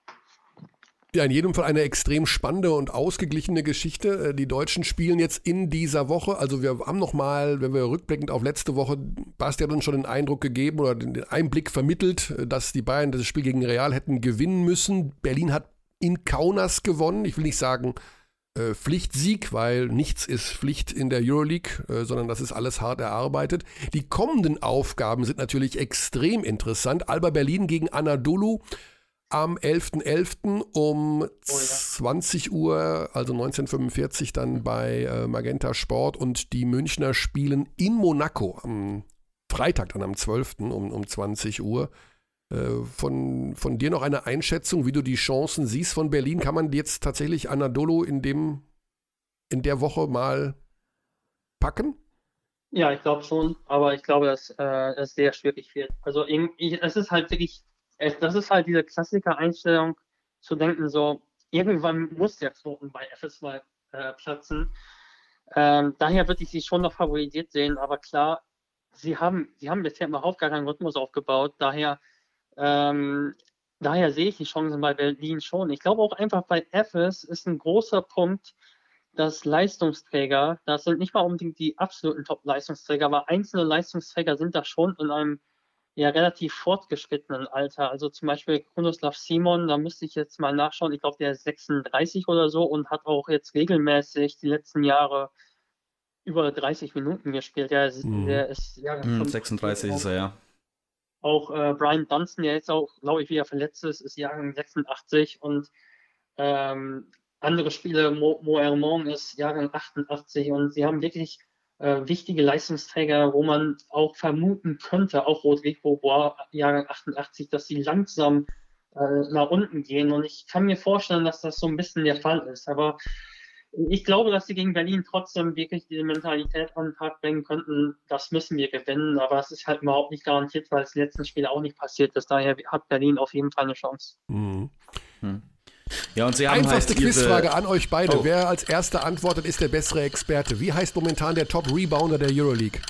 Ja, in jedem Fall eine extrem spannende und ausgeglichene Geschichte. Die Deutschen spielen jetzt in dieser Woche, also wir haben nochmal, wenn wir rückblickend auf letzte Woche, Basti hat uns schon den Eindruck gegeben oder den Einblick vermittelt, dass die Bayern das Spiel gegen Real hätten gewinnen müssen. Berlin hat in Kaunas gewonnen. Ich will nicht sagen äh, Pflichtsieg, weil nichts ist Pflicht in der Euroleague, äh, sondern das ist alles hart erarbeitet. Die kommenden Aufgaben sind natürlich extrem interessant. Alba Berlin gegen Anadolu am elften elften um oh ja. zwanzig Uhr, also neunzehnhundertfünfundvierzig, dann bei äh, Magenta Sport, und die Münchner spielen in Monaco am Freitag, dann am zwölften um, um zwanzig Uhr. Äh, von, von dir noch eine Einschätzung, wie du die Chancen siehst von Berlin? Kann man jetzt tatsächlich Anadolu in, dem, in der Woche mal packen? Ja, ich glaube schon, aber ich glaube, dass äh, es sehr schwierig wird. Also ich, es ist halt wirklich das ist halt diese Klassiker-Einstellung, zu denken, so, irgendwann muss der Knoten bei F S mal äh, platzen. Ähm, daher würde ich sie schon noch favorisiert sehen, aber klar, sie haben, sie haben bisher überhaupt gar keinen Rhythmus aufgebaut, daher, ähm, daher sehe ich die Chancen bei Berlin schon. Ich glaube auch einfach bei F S ist ein großer Punkt, dass Leistungsträger, das sind nicht mal unbedingt die absoluten Top-Leistungsträger, aber einzelne Leistungsträger sind da schon in einem ja relativ fortgeschrittenen Alter. Also zum Beispiel Krunoslav Simon, da müsste ich jetzt mal nachschauen, ich glaube, der ist sechsunddreißig oder so und hat auch jetzt regelmäßig die letzten Jahre über dreißig Minuten gespielt. Der ist, mhm. der ist ja, mhm, sechsunddreißig ist er, ja. Auch äh, Brian Dunstan, der jetzt auch, glaube ich, wieder verletzt ist, ist Jahrgang sechsundachtzig und ähm, andere Spiele, Mo, Mo Hermon ist Jahrgang achtundachtzig und sie haben wirklich Äh, wichtige Leistungsträger, wo man auch vermuten könnte, auch Rodrigo Bois, Jahrgang achtundachtzig, dass sie langsam äh, nach unten gehen. Und ich kann mir vorstellen, dass das so ein bisschen der Fall ist. Aber ich glaube, dass sie gegen Berlin trotzdem wirklich diese Mentalität an den Tag bringen könnten, das müssen wir gewinnen. Aber es ist halt überhaupt nicht garantiert, weil es in den letzten Spielen auch nicht passiert ist. Daher hat Berlin auf jeden Fall eine Chance. Mhm. Hm. Ja, und Sie haben Einfachste halt diese... Quizfrage an euch beide. Oh. Wer als erster antwortet, ist der bessere Experte. Wie heißt momentan der Top-Rebounder der Euroleague?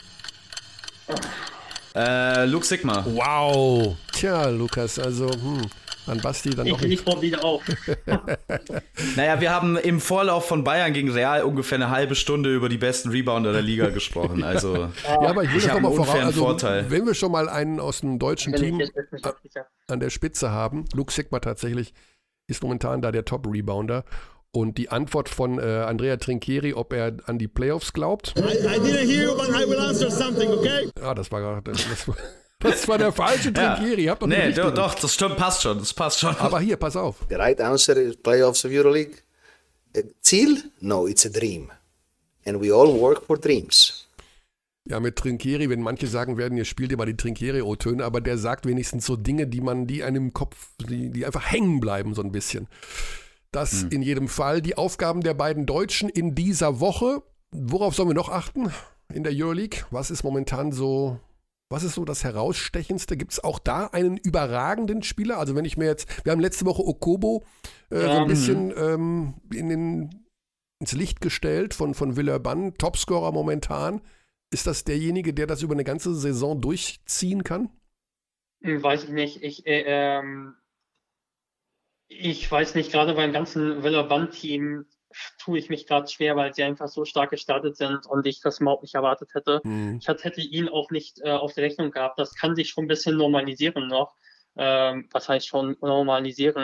Äh, Luke Sigma. Wow. Tja, Lukas, also, hm, an Basti dann noch nicht. Ich vor wieder auf. Naja, wir haben im Vorlauf von Bayern gegen Real ungefähr eine halbe Stunde über die besten Rebounder der Liga gesprochen. Also, ja, aber ich will ich das nochmal voraus. Also, Vorteil. wenn wir schon mal einen aus dem deutschen Wenn Team an der Spitze haben, Luke Sigma tatsächlich, ist momentan da der Top-Rebounder. Und die Antwort von äh, Andrea Trinchieri, ob er an die Playoffs glaubt. I, I didn't hear you, but I will answer something, okay? Ja, das war, das, das war, das war der falsche Trinchieri. Ja. Habt doch nee, doch, doch, das stimmt, passt schon, das passt schon. Aber hier, pass auf. The right answer is Playoffs of Euroleague. Ziel? No, it's a dream. And we all work for dreams. Ja, mit Trinchieri, wenn manche sagen werden, ihr spielt immer die Trinchieri-O-Töne, aber der sagt wenigstens so Dinge, die man, die einem im Kopf, die, die einfach hängen bleiben so ein bisschen. Das hm. in jedem Fall. Die Aufgaben der beiden Deutschen in dieser Woche. Worauf sollen wir noch achten in der Euroleague? Was ist momentan so, was ist so das Herausstechendste? Gibt es auch da einen überragenden Spieler? Also wenn ich mir jetzt, wir haben letzte Woche Okobo äh, ja, so ein bisschen ähm, in den, ins Licht gestellt von, von Villeurbanne, Topscorer momentan. Ist das derjenige, der das über eine ganze Saison durchziehen kann? Weiß ich nicht. Ich, äh, ähm, ich weiß nicht, gerade beim ganzen Villeurbanne-Team tue ich mich gerade schwer, weil sie einfach so stark gestartet sind und ich das überhaupt nicht erwartet hätte. Mhm. Ich hätte ihn auch nicht äh, auf der Rechnung gehabt. Das kann sich schon ein bisschen normalisieren noch. Ähm, was heißt schon normalisieren?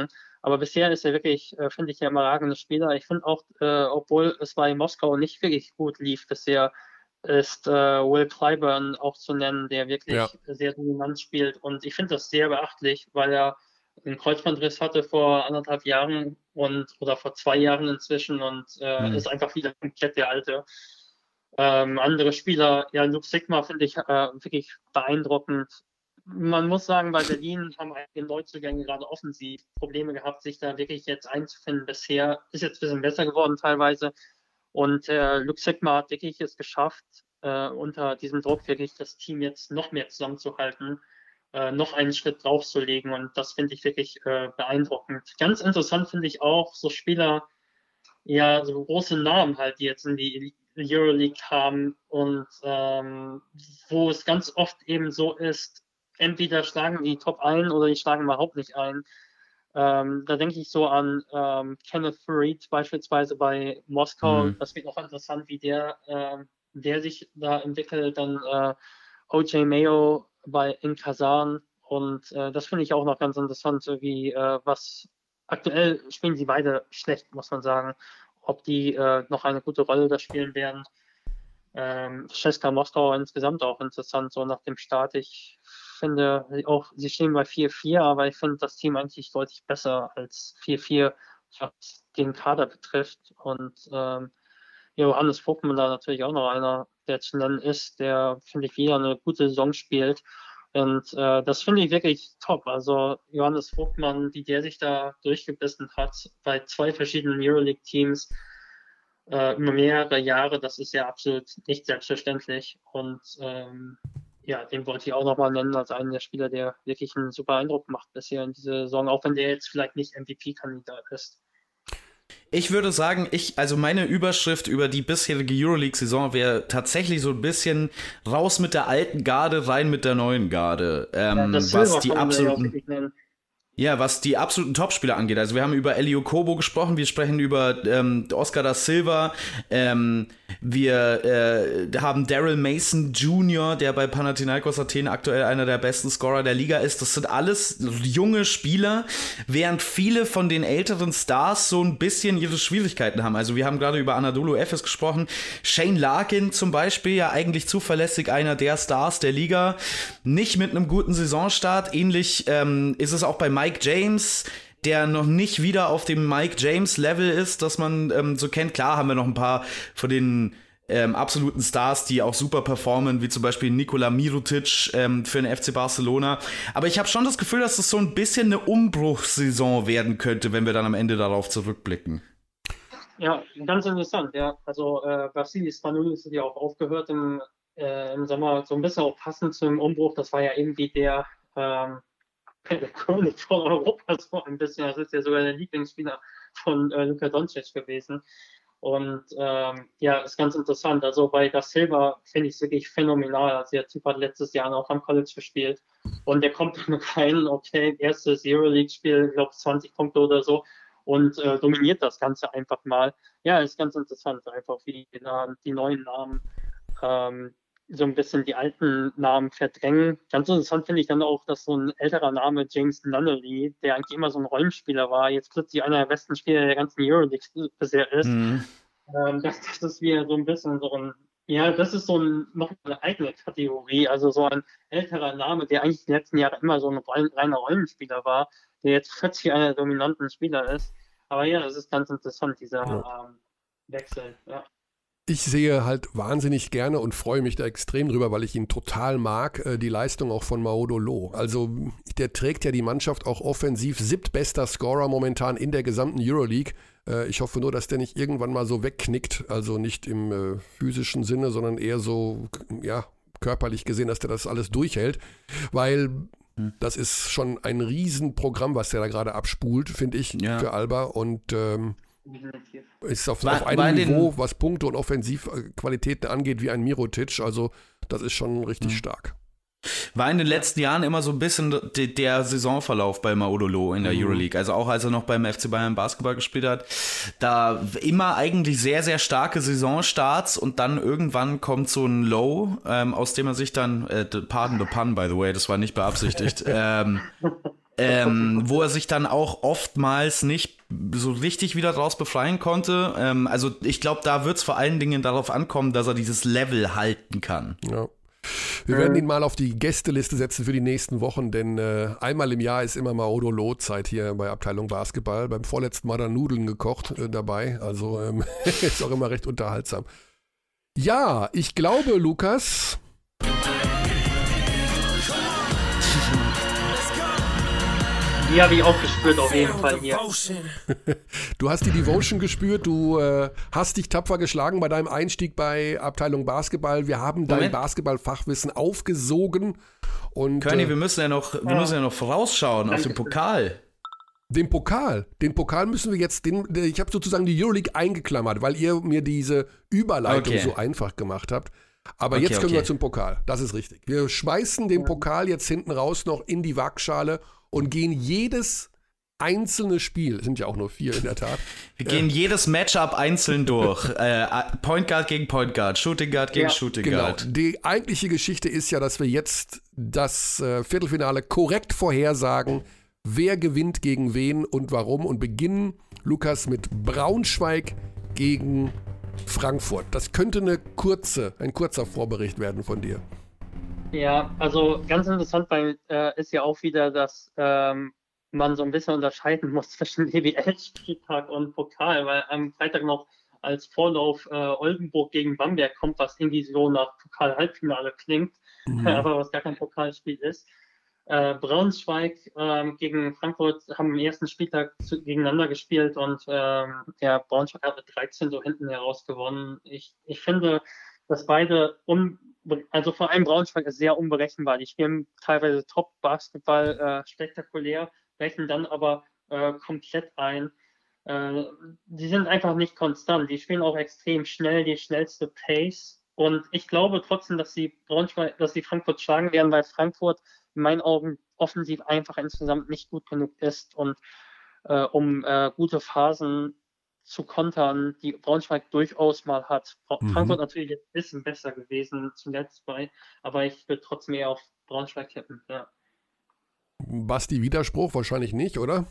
Aber bisher ist er wirklich, äh, finde ich, ein überragender Spieler. Ich finde auch, äh, obwohl es bei Moskau nicht wirklich gut lief bisher, ist äh, Will Clyburn auch zu nennen, der wirklich Ja. sehr dominant spielt. Und ich finde das sehr beachtlich, weil er einen Kreuzbandriss hatte vor anderthalb Jahren und oder vor zwei Jahren inzwischen und äh, Mhm. ist einfach wieder komplett der Alte. Ähm, andere Spieler, ja, Luke Sigma finde ich äh, wirklich beeindruckend. Man muss sagen, bei Berlin haben einige Neuzugänge gerade offensiv Probleme gehabt, sich da wirklich jetzt einzufinden. Bisher ist jetzt ein bisschen besser geworden teilweise. Und äh, Luke Sigma hat wirklich es geschafft, äh, unter diesem Druck wirklich das Team jetzt noch mehr zusammenzuhalten, äh, noch einen Schritt draufzulegen. Und das finde ich wirklich äh, beeindruckend. Ganz interessant finde ich auch so Spieler, ja, so große Namen halt, die jetzt in die Euroleague kamen und ähm, wo es ganz oft eben so ist, entweder schlagen die top ein oder die schlagen überhaupt nicht ein. Ähm, da denke ich so an ähm, Kenneth Faried beispielsweise bei Moskau. Mhm. Das wird noch interessant, wie der, äh, der sich da entwickelt. Dann äh, O J Mayo bei in Kasan. Und äh, das finde ich auch noch ganz interessant, wie äh, was aktuell spielen sie beide schlecht, muss man sagen. Ob die äh, noch eine gute Rolle da spielen werden. Ähm, Cska Moskau insgesamt auch interessant, so nach dem Start. Ich finde auch, sie stehen bei vier vier, aber ich finde das Team eigentlich deutlich besser als vier vier, was den Kader betrifft. Und ähm, Johannes Vogtmann da natürlich auch noch einer, der zu nennen ist, der, finde ich, wieder eine gute Saison spielt. Und äh, das finde ich wirklich top. Also Johannes Vogtmann, wie der sich da durchgebissen hat bei zwei verschiedenen Euroleague-Teams äh, über mehrere Jahre, das ist ja absolut nicht selbstverständlich. Und ähm, ja, den wollte ich auch nochmal nennen als einen der Spieler, der wirklich einen super Eindruck macht bisher in dieser Saison, auch wenn der jetzt vielleicht nicht M V P-Kandidat ist. Ich würde sagen, ich, also meine Überschrift über die bisherige Euroleague-Saison wäre tatsächlich so ein bisschen raus mit der alten Garde, rein mit der neuen Garde. Ähm, Ja, das was Silber die kann man ja auch absoluten, wirklich nennen. ja, was die absoluten Topspieler angeht. Also wir haben über Elio Kobo gesprochen, wir sprechen über ähm, Oscar da Silva, ähm, wir äh, haben Daryl Mason Junior, der bei Panathinaikos Athen aktuell einer der besten Scorer der Liga ist. Das sind alles junge Spieler, während viele von den älteren Stars so ein bisschen ihre Schwierigkeiten haben. Also wir haben gerade über Anadolu Efes gesprochen. Shane Larkin zum Beispiel, ja eigentlich zuverlässig einer der Stars der Liga, nicht mit einem guten Saisonstart. Ähnlich ähm, ist es auch bei Mike James, der noch nicht wieder auf dem Mike James Level ist, das man ähm, so kennt. Klar haben wir noch ein paar von den ähm, absoluten Stars, die auch super performen, wie zum Beispiel Nikola Mirotic ähm, für den F C Barcelona. Aber ich habe schon das Gefühl, dass das so ein bisschen eine Umbruchssaison werden könnte, wenn wir dann am Ende darauf zurückblicken. Ja, ganz interessant, ja. Also äh, Vasilis Spanoulis ist ja auch aufgehört im, äh, im Sommer, so ein bisschen auch passend zum Umbruch. Das war ja irgendwie der ähm, der König von Europa so ein bisschen. Das ist ja sogar der Lieblingsspieler von äh, Luka Doncic gewesen. Und ähm, ja, ist ganz interessant. Also bei Da Silva finde ich es wirklich phänomenal. Also der Typ hat letztes Jahr noch am College gespielt und der kommt dann rein, okay, erstes Euroleague-Spiel, ich glaube zwanzig Punkte oder so und äh, dominiert das Ganze einfach mal. Ja, ist ganz interessant, einfach wie die, die neuen Namen ähm, so ein bisschen die alten Namen verdrängen. Ganz interessant finde ich dann auch, dass so ein älterer Name, James Nunnally, der eigentlich immer so ein Rollenspieler war, jetzt plötzlich einer der besten Spieler der ganzen Euroleague bisher ist. Mhm. Ähm, das, das ist wieder so ein bisschen so ein, ja, das ist so ein, noch eine eigene Kategorie, also so ein älterer Name, der eigentlich die letzten Jahre immer so ein reiner Rollenspieler war, der jetzt plötzlich einer der dominanten Spieler ist. Aber ja, das ist ganz interessant, dieser ja. ähm, Wechsel, ja. Ich sehe halt wahnsinnig gerne und freue mich da extrem drüber, weil ich ihn total mag, die Leistung auch von Maodo Lo. Also der trägt ja die Mannschaft auch offensiv, siebtbester Scorer momentan in der gesamten Euroleague. Ich hoffe nur, dass der nicht irgendwann mal so wegknickt, also nicht im äh, physischen Sinne, sondern eher so, ja, körperlich gesehen, dass der das alles durchhält, weil hm. das ist schon ein Riesenprogramm, was der da gerade abspult, finde ich, ja. für Alba und ähm, ist auf, war, auf einem Niveau, was Punkte und Offensivqualitäten angeht, wie ein Mirotic. Also das ist schon richtig mhm. stark. War in den letzten Jahren immer so ein bisschen de- der Saisonverlauf bei Maodo Lo in der mhm. Euroleague. Also auch als er noch beim F C Bayern Basketball gespielt hat. Da immer eigentlich sehr, sehr starke Saisonstarts und dann irgendwann kommt so ein Low, ähm, aus dem er sich dann, äh, pardon the pun, by the way, das war nicht beabsichtigt, ähm, Ähm, wo er sich dann auch oftmals nicht so richtig wieder draus befreien konnte. Ähm, also ich glaube, da wird es vor allen Dingen darauf ankommen, dass er dieses Level halten kann. Ja. Wir werden ihn mal auf die Gästeliste setzen für die nächsten Wochen, denn äh, einmal im Jahr ist immer mal Odo Loh-Zeit hier bei Abteilung Basketball. Beim vorletzten Mal dann Nudeln gekocht äh, dabei, also ähm, ist auch immer recht unterhaltsam. Ja, ich glaube, Lukas... Die habe ich auch gespürt, auf jeden Fall hier. Du hast die Devotion gespürt, du äh, hast dich tapfer geschlagen bei deinem Einstieg bei Abteilung Basketball. Wir haben dein Moment. Basketballfachwissen aufgesogen. Und, Körny, äh, wir müssen ja noch, wir müssen ja noch vorausschauen auf den Pokal. Den Pokal, den Pokal müssen wir jetzt, den, ich habe sozusagen die Euroleague eingeklammert, weil ihr mir diese Überleitung Okay. so einfach gemacht habt. Aber Okay, jetzt können okay. wir zum Pokal, das ist richtig. Wir schmeißen den Pokal jetzt hinten raus noch in die Waagschale und gehen jedes einzelne Spiel, es sind ja auch nur vier in der Tat. Wir gehen jedes Matchup einzeln durch. äh, Point Guard gegen Point Guard, Shooting Guard gegen Ja, Shooting Genau. Guard. Die eigentliche Geschichte ist ja, dass wir jetzt das äh, Viertelfinale korrekt vorhersagen, wer gewinnt gegen wen und warum, und beginnen, Lukas, mit Braunschweig gegen Frankfurt. Das könnte eine kurze, ein kurzer Vorbericht werden von dir. Ja, also ganz interessant, weil äh, ist ja auch wieder, dass ähm, man so ein bisschen unterscheiden muss zwischen B W L-Spieltag und Pokal, weil am Freitag noch als Vorlauf äh, Oldenburg gegen Bamberg kommt, was irgendwie so nach Pokal-Halbfinale klingt, Mhm. aber was gar kein Pokalspiel ist. Äh, Braunschweig ähm, gegen Frankfurt haben am ersten Spieltag zu, gegeneinander gespielt und ähm, ja, Braunschweig hat mit dreizehn so hinten heraus gewonnen. Ich, ich finde, dass beide, un, also vor allem Braunschweig ist sehr unberechenbar. Die spielen teilweise Top-Basketball, äh, spektakulär, brechen dann aber äh, komplett ein. Äh, die sind einfach nicht konstant. Die spielen auch extrem schnell, die schnellste Pace. Und ich glaube trotzdem, dass sie Braunschweig, dass sie Frankfurt schlagen werden, weil Frankfurt in meinen Augen offensiv einfach insgesamt nicht gut genug ist und äh, um äh, gute Phasen zu kontern, die Braunschweig durchaus mal hat. Fra- Mhm. Frankfurt natürlich ein bisschen besser gewesen zuletzt bei, aber ich würde trotzdem eher auf Braunschweig tippen. Ja. Basti, Widerspruch wahrscheinlich nicht, oder?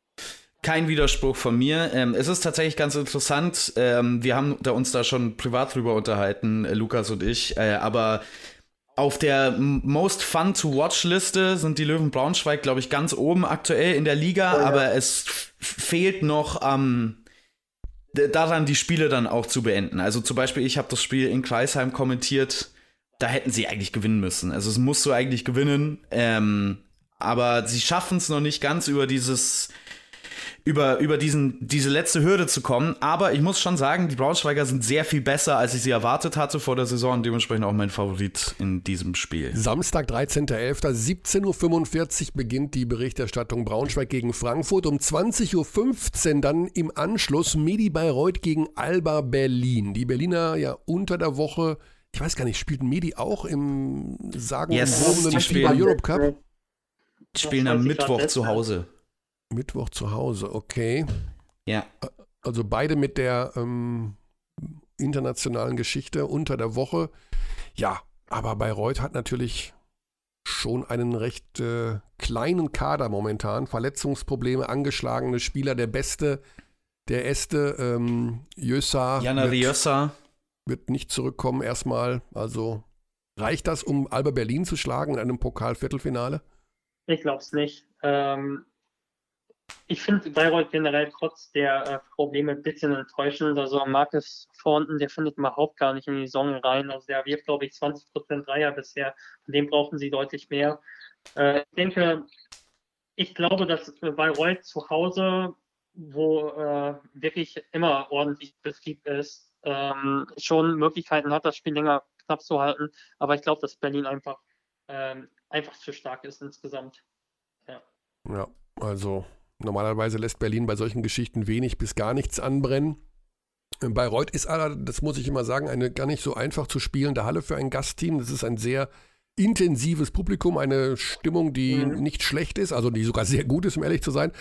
Kein Widerspruch von mir. Ähm, es ist tatsächlich ganz interessant. Ähm, wir haben da uns da schon privat drüber unterhalten, äh, Lukas und ich. Äh, aber auf der Most Fun to Watch Liste sind die Löwen Braunschweig, glaube ich, ganz oben aktuell in der Liga. Oh ja. Aber es f- fehlt noch ähm, d- daran, die Spiele dann auch zu beenden. Also zum Beispiel, ich habe das Spiel in Kreisheim kommentiert. Da hätten sie eigentlich gewinnen müssen. Also es musst du eigentlich gewinnen. Ähm, aber sie schaffen es noch nicht ganz über dieses über, über diesen, diese letzte Hürde zu kommen. Aber ich muss schon sagen, die Braunschweiger sind sehr viel besser, als ich sie erwartet hatte vor der Saison und dementsprechend auch mein Favorit in diesem Spiel. Samstag, dreizehnter elfter, siebzehn Uhr fünfundvierzig beginnt die Berichterstattung Braunschweig gegen Frankfurt. Um zwanzig Uhr fünfzehn dann im Anschluss Medi Bayreuth gegen Alba Berlin. Die Berliner ja unter der Woche, ich weiß gar nicht, spielt Medi auch im sagenumwobenen Yes, die FIBA spielen- Europe Cup? Die spielen am weiß ich grad Mittwoch nicht. zu Hause. Mittwoch zu Hause, okay. Ja. Also beide mit der ähm, internationalen Geschichte unter der Woche. Ja, aber Bayreuth hat natürlich schon einen recht äh, kleinen Kader momentan. Verletzungsprobleme, angeschlagene Spieler. Der Beste, der Este, ähm, Jösa Jana wird, Riossa. wird nicht zurückkommen erstmal. Also reicht das, um Alba Berlin zu schlagen in einem Pokal-Viertelfinale? Ich glaube es nicht. Ähm, ich finde Bayreuth generell trotz der äh, Probleme ein bisschen enttäuschend. Also Marcus Thornton, der findet überhaupt gar nicht in die Saison rein. Also der wirft, glaube ich, zwanzig Prozent Dreier bisher. Von dem brauchen sie deutlich mehr. Äh, ich denke, ich glaube, dass äh, Bayreuth zu Hause, wo äh, wirklich immer ordentlich Betrieb ist, ähm, schon Möglichkeiten hat, das Spiel länger knapp zu halten. Aber ich glaube, dass Berlin einfach, ähm, einfach zu stark ist insgesamt. Ja. Ja, also normalerweise lässt Berlin bei solchen Geschichten wenig bis gar nichts anbrennen. Bayreuth ist aber, das muss ich immer sagen, eine gar nicht so einfach zu spielende Halle für ein Gastteam. Das ist ein sehr intensives Publikum, eine Stimmung, die Mhm. nicht schlecht ist, also die sogar sehr gut ist, um ehrlich zu sein.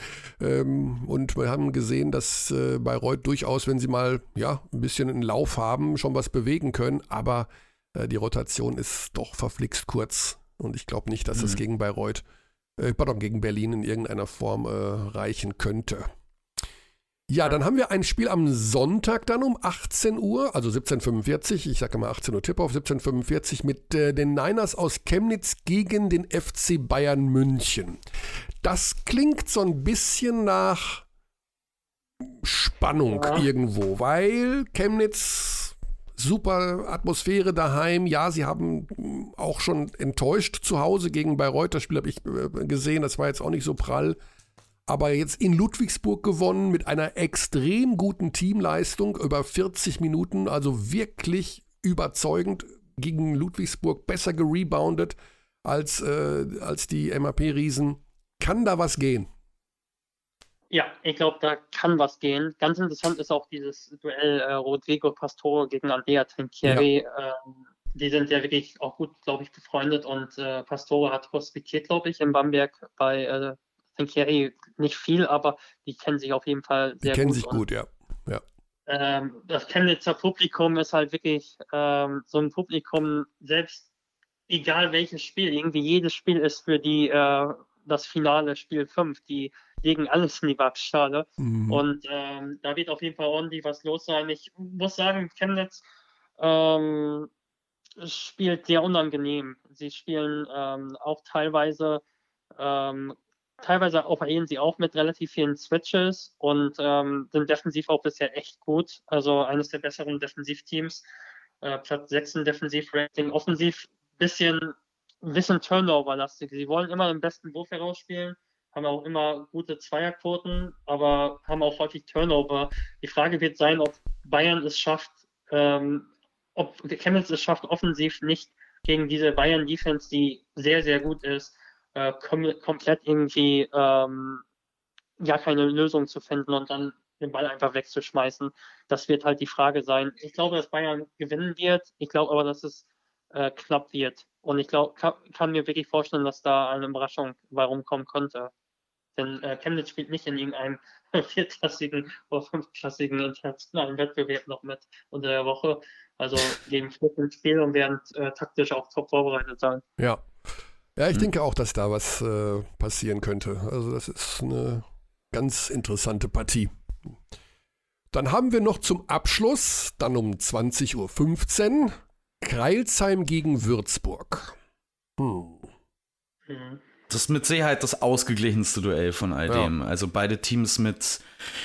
Und wir haben gesehen, dass Bayreuth durchaus, wenn sie mal ja, ein bisschen einen Lauf haben, schon was bewegen können. Aber die Rotation ist doch verflixt kurz. Und ich glaube nicht, dass es Mhm. gegen Bayreuth äh, pardon, gegen Berlin in irgendeiner Form äh, reichen könnte. Ja, dann haben wir ein Spiel am Sonntag dann um achtzehn Uhr, also siebzehn Uhr fünfundvierzig, ich sage mal achtzehn Uhr Tip-Off, siebzehn Uhr fünfundvierzig mit äh, den Niners aus Chemnitz gegen den F C Bayern München. Das klingt so ein bisschen nach Spannung ja. irgendwo, weil Chemnitz, super Atmosphäre daheim, ja, sie haben auch schon enttäuscht zu Hause gegen Bayreuth, das Spiel habe ich äh, gesehen, das war jetzt auch nicht so prall. Aber jetzt in Ludwigsburg gewonnen mit einer extrem guten Teamleistung über vierzig Minuten, also wirklich überzeugend gegen Ludwigsburg, besser gereboundet als, äh, als die M A P-Riesen. Kann da was gehen? Ja, ich glaube, da kann was gehen. Ganz interessant ist auch dieses Duell äh, Rodrigo Pastore gegen Andrea Trinchieri. Ja. Ähm, die sind ja wirklich auch gut, glaube ich, befreundet und äh, Pastore hat hospitiert, glaube ich, in Bamberg bei äh, Trinchieri nicht viel, aber die kennen sich auf jeden Fall sehr gut. Die kennen sich und, gut, ja. ja. Ähm, das Chemnitzer Publikum ist halt wirklich ähm, so ein Publikum, selbst egal welches Spiel, irgendwie jedes Spiel ist für die äh, das Finale Spiel fünf, die legen alles in die Waagschale mhm. und ähm, da wird auf jeden Fall ordentlich was los sein. Ich muss sagen, Chemnitz ähm, spielt sehr unangenehm. Sie spielen ähm, auch teilweise ähm, Teilweise operieren sie auch mit relativ vielen Switches und ähm, sind defensiv auch bisher echt gut. Also eines der besseren Defensivteams. Äh, Platz sechs im Defensivrating. Offensiv bisschen, bisschen Turnover-lastig. Sie wollen immer den besten Wurf herausspielen, haben auch immer gute Zweierquoten, aber haben auch häufig Turnover. Die Frage wird sein, ob Bayern es schafft, ähm, ob Chemnitz es schafft, offensiv nicht gegen diese Bayern-Defense, die sehr, sehr gut ist, Kom- komplett irgendwie ähm, ja keine Lösung zu finden und dann den Ball einfach wegzuschmeißen. Das wird halt die Frage sein. Ich glaube, dass Bayern gewinnen wird. Ich glaube aber, dass es äh, knapp wird. Und ich glaube, kann, kann mir wirklich vorstellen, dass da eine Überraschung bei rumkommen könnte. Denn äh, Chemnitz spielt nicht in irgendeinem viertklassigen oder fünfklassigen internationalen Wettbewerb noch mit unter der Woche. Also gegen vierten Spiel und werden äh, taktisch auch top vorbereitet sein. Ja. Ja, ich denke auch, dass da was äh, passieren könnte. Also das ist eine ganz interessante Partie. Dann haben wir noch zum Abschluss, dann um zwanzig Uhr fünfzehn, Crailsheim gegen Würzburg. Hm. Mhm. Das ist mit Sicherheit das ausgeglichenste Duell von all dem. Ja. Also beide Teams mit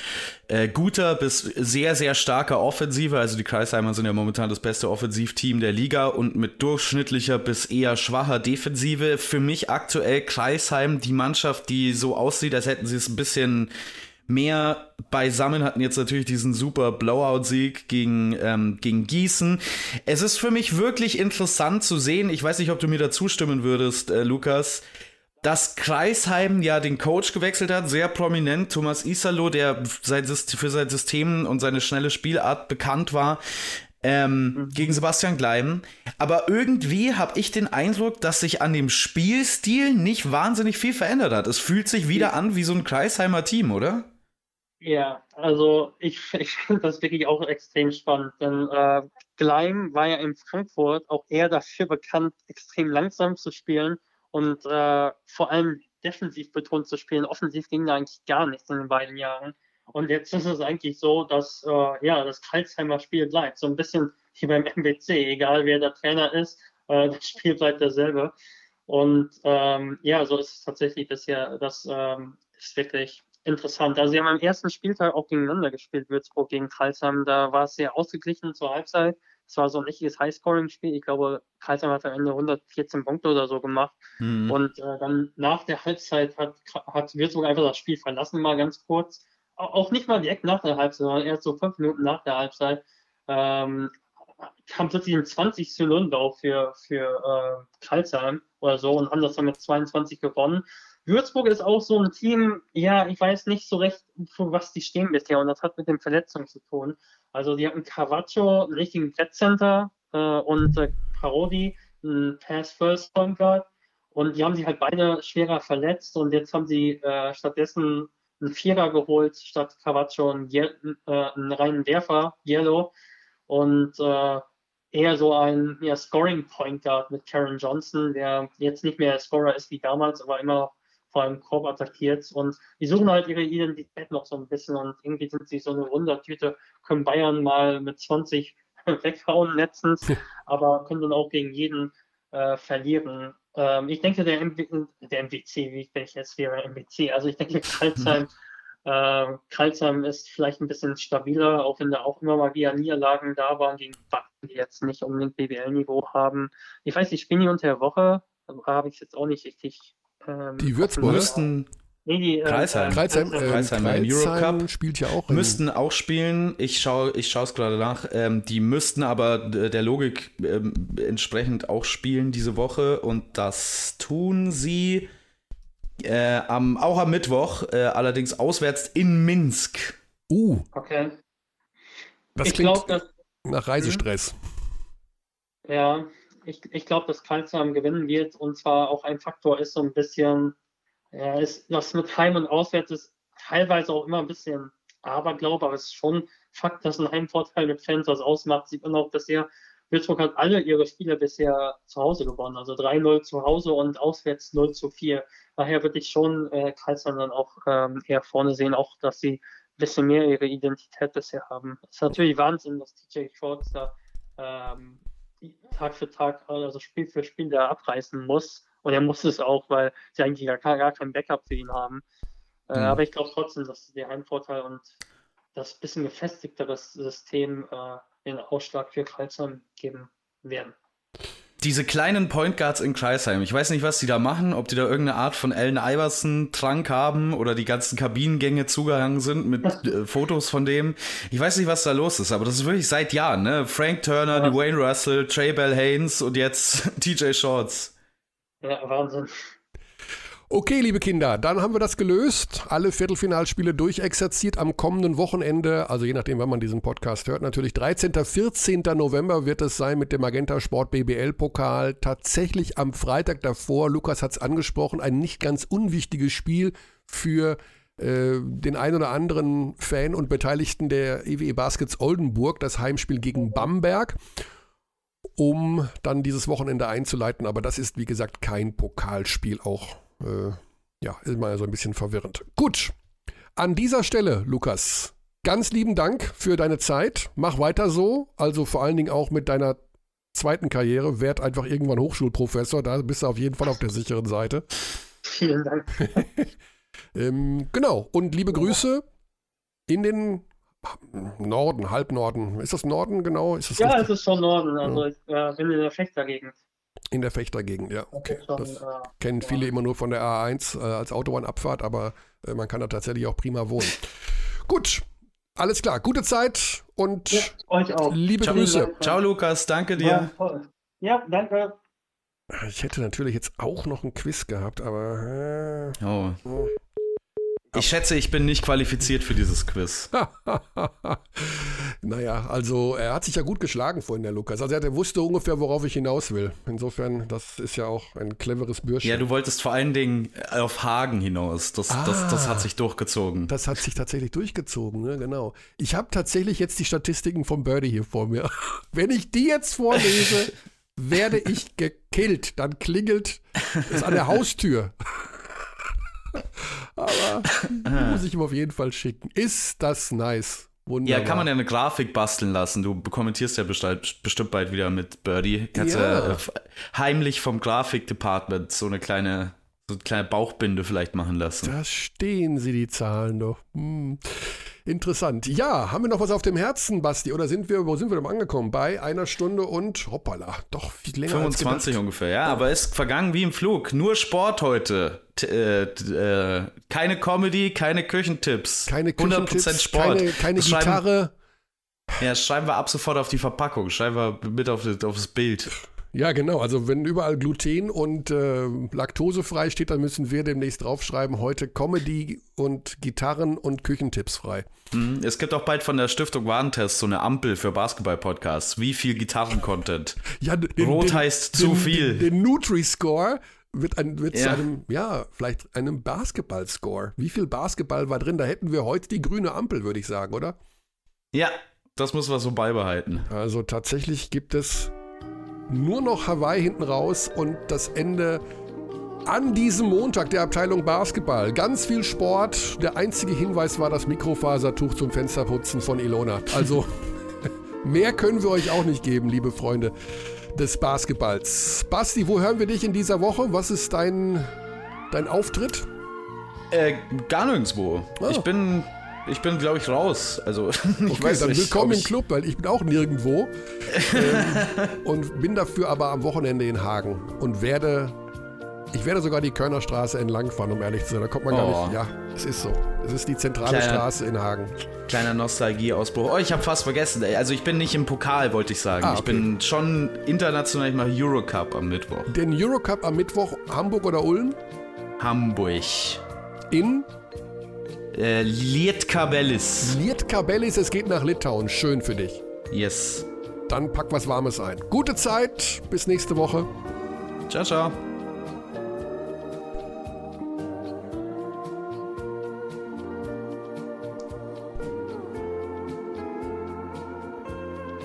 äh, guter bis sehr, sehr starker Offensive. Also die Crailsheimer sind ja momentan das beste Offensivteam der Liga und mit durchschnittlicher bis eher schwacher Defensive. Für mich aktuell Crailsheim die Mannschaft, die so aussieht, als hätten sie es ein bisschen mehr beisammen, hatten jetzt natürlich diesen super Blowout-Sieg gegen, ähm, gegen Gießen. Es ist für mich wirklich interessant zu sehen, ich weiß nicht, ob du mir da zustimmen würdest, äh, Lukas, dass Crailsheim ja den Coach gewechselt hat, sehr prominent, Thomas Isalo, der sein System, für sein System und seine schnelle Spielart bekannt war, ähm, mhm. gegen Sebastian Gleim. Aber irgendwie habe ich den Eindruck, dass sich an dem Spielstil nicht wahnsinnig viel verändert hat. Es fühlt sich wieder ja. an wie so ein Crailsheimer Team, oder? Ja, also ich, ich finde das wirklich auch extrem spannend, denn äh, Gleim war ja in Frankfurt auch eher dafür bekannt, extrem langsam zu spielen und äh, vor allem defensiv betont zu spielen. Offensiv ging da eigentlich gar nichts in den beiden Jahren. Und jetzt ist es eigentlich so, dass äh, ja das Crailsheimer Spiel bleibt. So ein bisschen wie beim M B C, egal wer der Trainer ist, äh, das Spiel bleibt dasselbe. Und ähm, ja, so ist es tatsächlich bisher. Das ähm, ist wirklich interessant. Also sie haben am ersten Spieltag auch gegeneinander gespielt, Würzburg gegen Crailsheim. Da war es sehr ausgeglichen zur Halbzeit. Es war so ein richtiges Highscoring-Spiel. Ich glaube, Crailsheim hat am Ende hundertvierzehn Punkte oder so gemacht. Mhm. Und äh, dann nach der Halbzeit hat, hat Würzburg einfach das Spiel verlassen, mal ganz kurz. Auch nicht mal direkt nach der Halbzeit, sondern erst so fünf Minuten nach der Halbzeit. Ähm, kam plötzlich ein zwanzig zu null Lauf für, für äh, Crailsheim oder so und haben das dann mit zweiundzwanzig gewonnen. Würzburg ist auch so ein Team, ja, ich weiß nicht so recht, für was die stehen bisher und das hat mit den Verletzungen zu tun. Also die hatten Carvaccio, einen richtigen Plätzcenter äh, und äh, Parodi, einen Pass-First-Point Guard und die haben sich halt beide schwerer verletzt und jetzt haben sie äh, stattdessen einen Vierer geholt, statt Carvaccio einen, äh, einen reinen Werfer, Yellow und äh, eher so ein ja, Scoring-Point Guard mit Karen Johnson, der jetzt nicht mehr Scorer ist wie damals, aber immer vor allem Korb attackiert. Und die suchen halt ihre Identität noch so ein bisschen und irgendwie sind sie so eine Wundertüte, können Bayern mal mit zwanzig weghauen letztens, aber können dann auch gegen jeden äh, verlieren. Ähm, ich denke, der, M V, der M V C, wie ich jetzt wäre, M V C, also ich denke, Crailsheim, äh, Crailsheim ist vielleicht ein bisschen stabiler, auch wenn da auch immer mal wieder Niederlagen da waren gegen Wacken, die jetzt nicht unbedingt B W L-Niveau haben. Ich weiß, die spielen die unter der Woche, aber habe ich es jetzt auch nicht richtig. Ähm, die Würzburger müssten. Nee, die, äh, Kreisheim. Kreisheim, äh, Kreisheim im Kreisheim Eurocup spielt ja auch. In, müssten auch spielen. Ich schaue ich es gerade nach. Ähm, die müssten aber der Logik ähm, entsprechend auch spielen diese Woche. Und das tun sie äh, am, auch am Mittwoch, äh, allerdings auswärts in Minsk. Uh, Okay. das Ich klingt glaub, dass- nach Reisestress. Ja, ich, ich glaube, dass Crailsheim gewinnen wird und zwar auch ein Faktor ist so ein bisschen, ja, ist, das mit Heim und Auswärts ist teilweise auch immer ein bisschen Aberglaube, aber es ist schon Fakt, dass ein Heimvorteil mit Fans was ausmacht. Sieht man auch bisher, Würzburg hat alle ihre Spiele bisher zu Hause gewonnen, also drei null zu Hause und auswärts null zu vier. Daher würde ich schon äh, Crailsheim dann auch ähm, eher vorne sehen, auch dass sie ein bisschen mehr ihre Identität bisher haben. Es ist natürlich Wahnsinn, dass T J Shorts da ähm, Tag für Tag, also Spiel für Spiel da abreißen muss. Und er muss es auch, weil sie eigentlich gar, gar kein Backup für ihn haben. Äh, Mhm. Aber ich glaube trotzdem, dass der Heimvorteil und das bisschen gefestigtere System äh, den Ausschlag für Crailsheim geben werden. Diese kleinen Point Guards in Kreisheim, ich weiß nicht, was die da machen, ob die da irgendeine Art von Allen Iverson-Trank haben oder die ganzen Kabinengänge zugehangen sind mit äh, Fotos von dem. Ich weiß nicht, was da los ist, aber das ist wirklich seit Jahren, ne? Frank Turner, Ja. Dwayne Russell, Trey Bell Haynes und jetzt T J Shorts. Ja, Wahnsinn. Okay, liebe Kinder, dann haben wir das gelöst. Alle Viertelfinalspiele durchexerziert am kommenden Wochenende, also je nachdem, wann man diesen Podcast hört, natürlich dreizehnten vierzehnten November wird es sein mit dem Magenta Sport B B L-Pokal. Tatsächlich am Freitag davor, Lukas hat es angesprochen, ein nicht ganz unwichtiges Spiel für äh, den ein oder anderen Fan und Beteiligten der E W E Baskets Oldenburg, das Heimspiel gegen Bamberg, um dann dieses Wochenende einzuleiten. Aber das ist, wie gesagt, kein Pokalspiel, auch Äh, ja, ist mal so ein bisschen verwirrend. Gut, an dieser Stelle, Lukas, ganz lieben Dank für deine Zeit. Mach weiter so, also vor allen Dingen auch mit deiner zweiten Karriere. Werd einfach irgendwann Hochschulprofessor, da bist du auf jeden Fall auf der sicheren Seite. Vielen Dank. ähm, genau, und liebe Grüße in den Norden, Halbnorden. Ist das Norden genau? Ist das Ja, richtig? es ist schon Norden, also ich äh, bin in der Fechtergegend. In der Fechtergegend, ja. Okay. ist schon, Das äh, kennen ja. viele immer nur von der A eins äh, als Autobahnabfahrt, aber äh, man kann da tatsächlich auch prima wohnen. Gut, alles klar. Gute Zeit und Ja, euch auch. liebe Ciao. Grüße. Ciao, Lukas, danke dir. Ja, toll. Ja, danke. Ich hätte natürlich jetzt auch noch ein Quiz gehabt, aber äh, Oh. Ich schätze, ich bin nicht qualifiziert für dieses Quiz. naja, also er hat sich ja gut geschlagen vorhin, der Lukas. Also er, er wusste ungefähr, worauf ich hinaus will. Insofern, das ist ja auch ein cleveres Bürschchen. Ja, du wolltest vor allen Dingen auf Hagen hinaus. Das, Ah. das, das hat sich durchgezogen. Das hat sich tatsächlich durchgezogen, ne? Genau. Ich habe tatsächlich jetzt die Statistiken vom Birdie hier vor mir. Wenn ich die jetzt vorlese, werde ich gekillt. Dann klingelt es an der Haustür. Aber die muss ich ihm auf jeden Fall schicken. Ist das nice? Wunderbar. Ja, kann man ja eine Grafik basteln lassen. Du kommentierst ja bestimmt, bestimmt bald wieder mit Birdie. Kannst Ja. ja äh, heimlich vom Grafikdepartment so eine kleine, so eine kleine Bauchbinde vielleicht machen lassen. Da stehen sie, die Zahlen doch. Hm. Interessant. Ja, haben wir noch was auf dem Herzen, Basti? Oder sind wir, wo sind wir denn angekommen? Bei einer Stunde und, hoppala, doch viel länger fünfundzwanzig als gedacht. ungefähr, ja, aber ist vergangen wie im Flug. Nur Sport heute. T äh, t- äh, keine Comedy, keine Küchentipps. Keine hundert Prozent Küchentipps, Sport. keine, keine Das schreiben- Gitarre. Ja, schreiben wir ab sofort auf die Verpackung. Schreiben wir mit auf das, auf das Bild. Ja, genau. Also wenn überall Gluten und äh, laktosefrei steht, dann müssen wir demnächst draufschreiben, heute Comedy und Gitarren und Küchentipps frei. Mhm. Es gibt auch bald von der Stiftung Warentest so eine Ampel für Basketball-Podcasts. Wie viel Gitarren-Content? Ja, den, Rot den, heißt den, zu viel. Den, den Nutri-Score wird, ein, wird zu Ja. einem, ja, vielleicht einem Basketball-Score. Wie viel Basketball war drin? Da hätten wir heute die grüne Ampel, würde ich sagen, oder? Ja, das müssen wir so beibehalten. Also tatsächlich gibt es nur noch Hawaii hinten raus und das Ende An diesem Montag der Abteilung Basketball. Ganz viel Sport. Der einzige Hinweis war das Mikrofasertuch zum Fensterputzen von Ilona. Also mehr können wir euch auch nicht geben, liebe Freunde des Basketballs. Basti, wo hören wir dich in dieser Woche? Was ist dein, dein Auftritt? Äh, gar nirgendwo. Ah. Ich bin, ich bin, glaube ich, raus. Also, ich okay, weiß dann nicht, willkommen ob im ich- Club, weil ich bin auch nirgendwo. ähm, und bin dafür aber am Wochenende in Hagen und werde, ich werde sogar die Körnerstraße entlangfahren, um ehrlich zu sein. Da kommt man gar Oh. nicht, ja, es ist so. Es ist die zentrale Kleiner- Straße in Hagen. Kleiner Nostalgieausbruch. Oh, ich habe fast vergessen. ey. Also ich bin nicht im Pokal, wollte ich sagen. Ah, Ich okay. bin schon international, ich mache Eurocup am Mittwoch. Den Eurocup am Mittwoch, Hamburg oder Ulm? Hamburg. In Äh, Lietkabelis. Lietkabelis, es geht nach Litauen. Schön für dich. Yes. Dann pack was Warmes ein. Gute Zeit, bis nächste Woche. Ciao, ciao.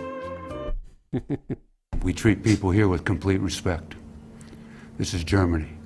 We treat people here with complete respect. This is Germany.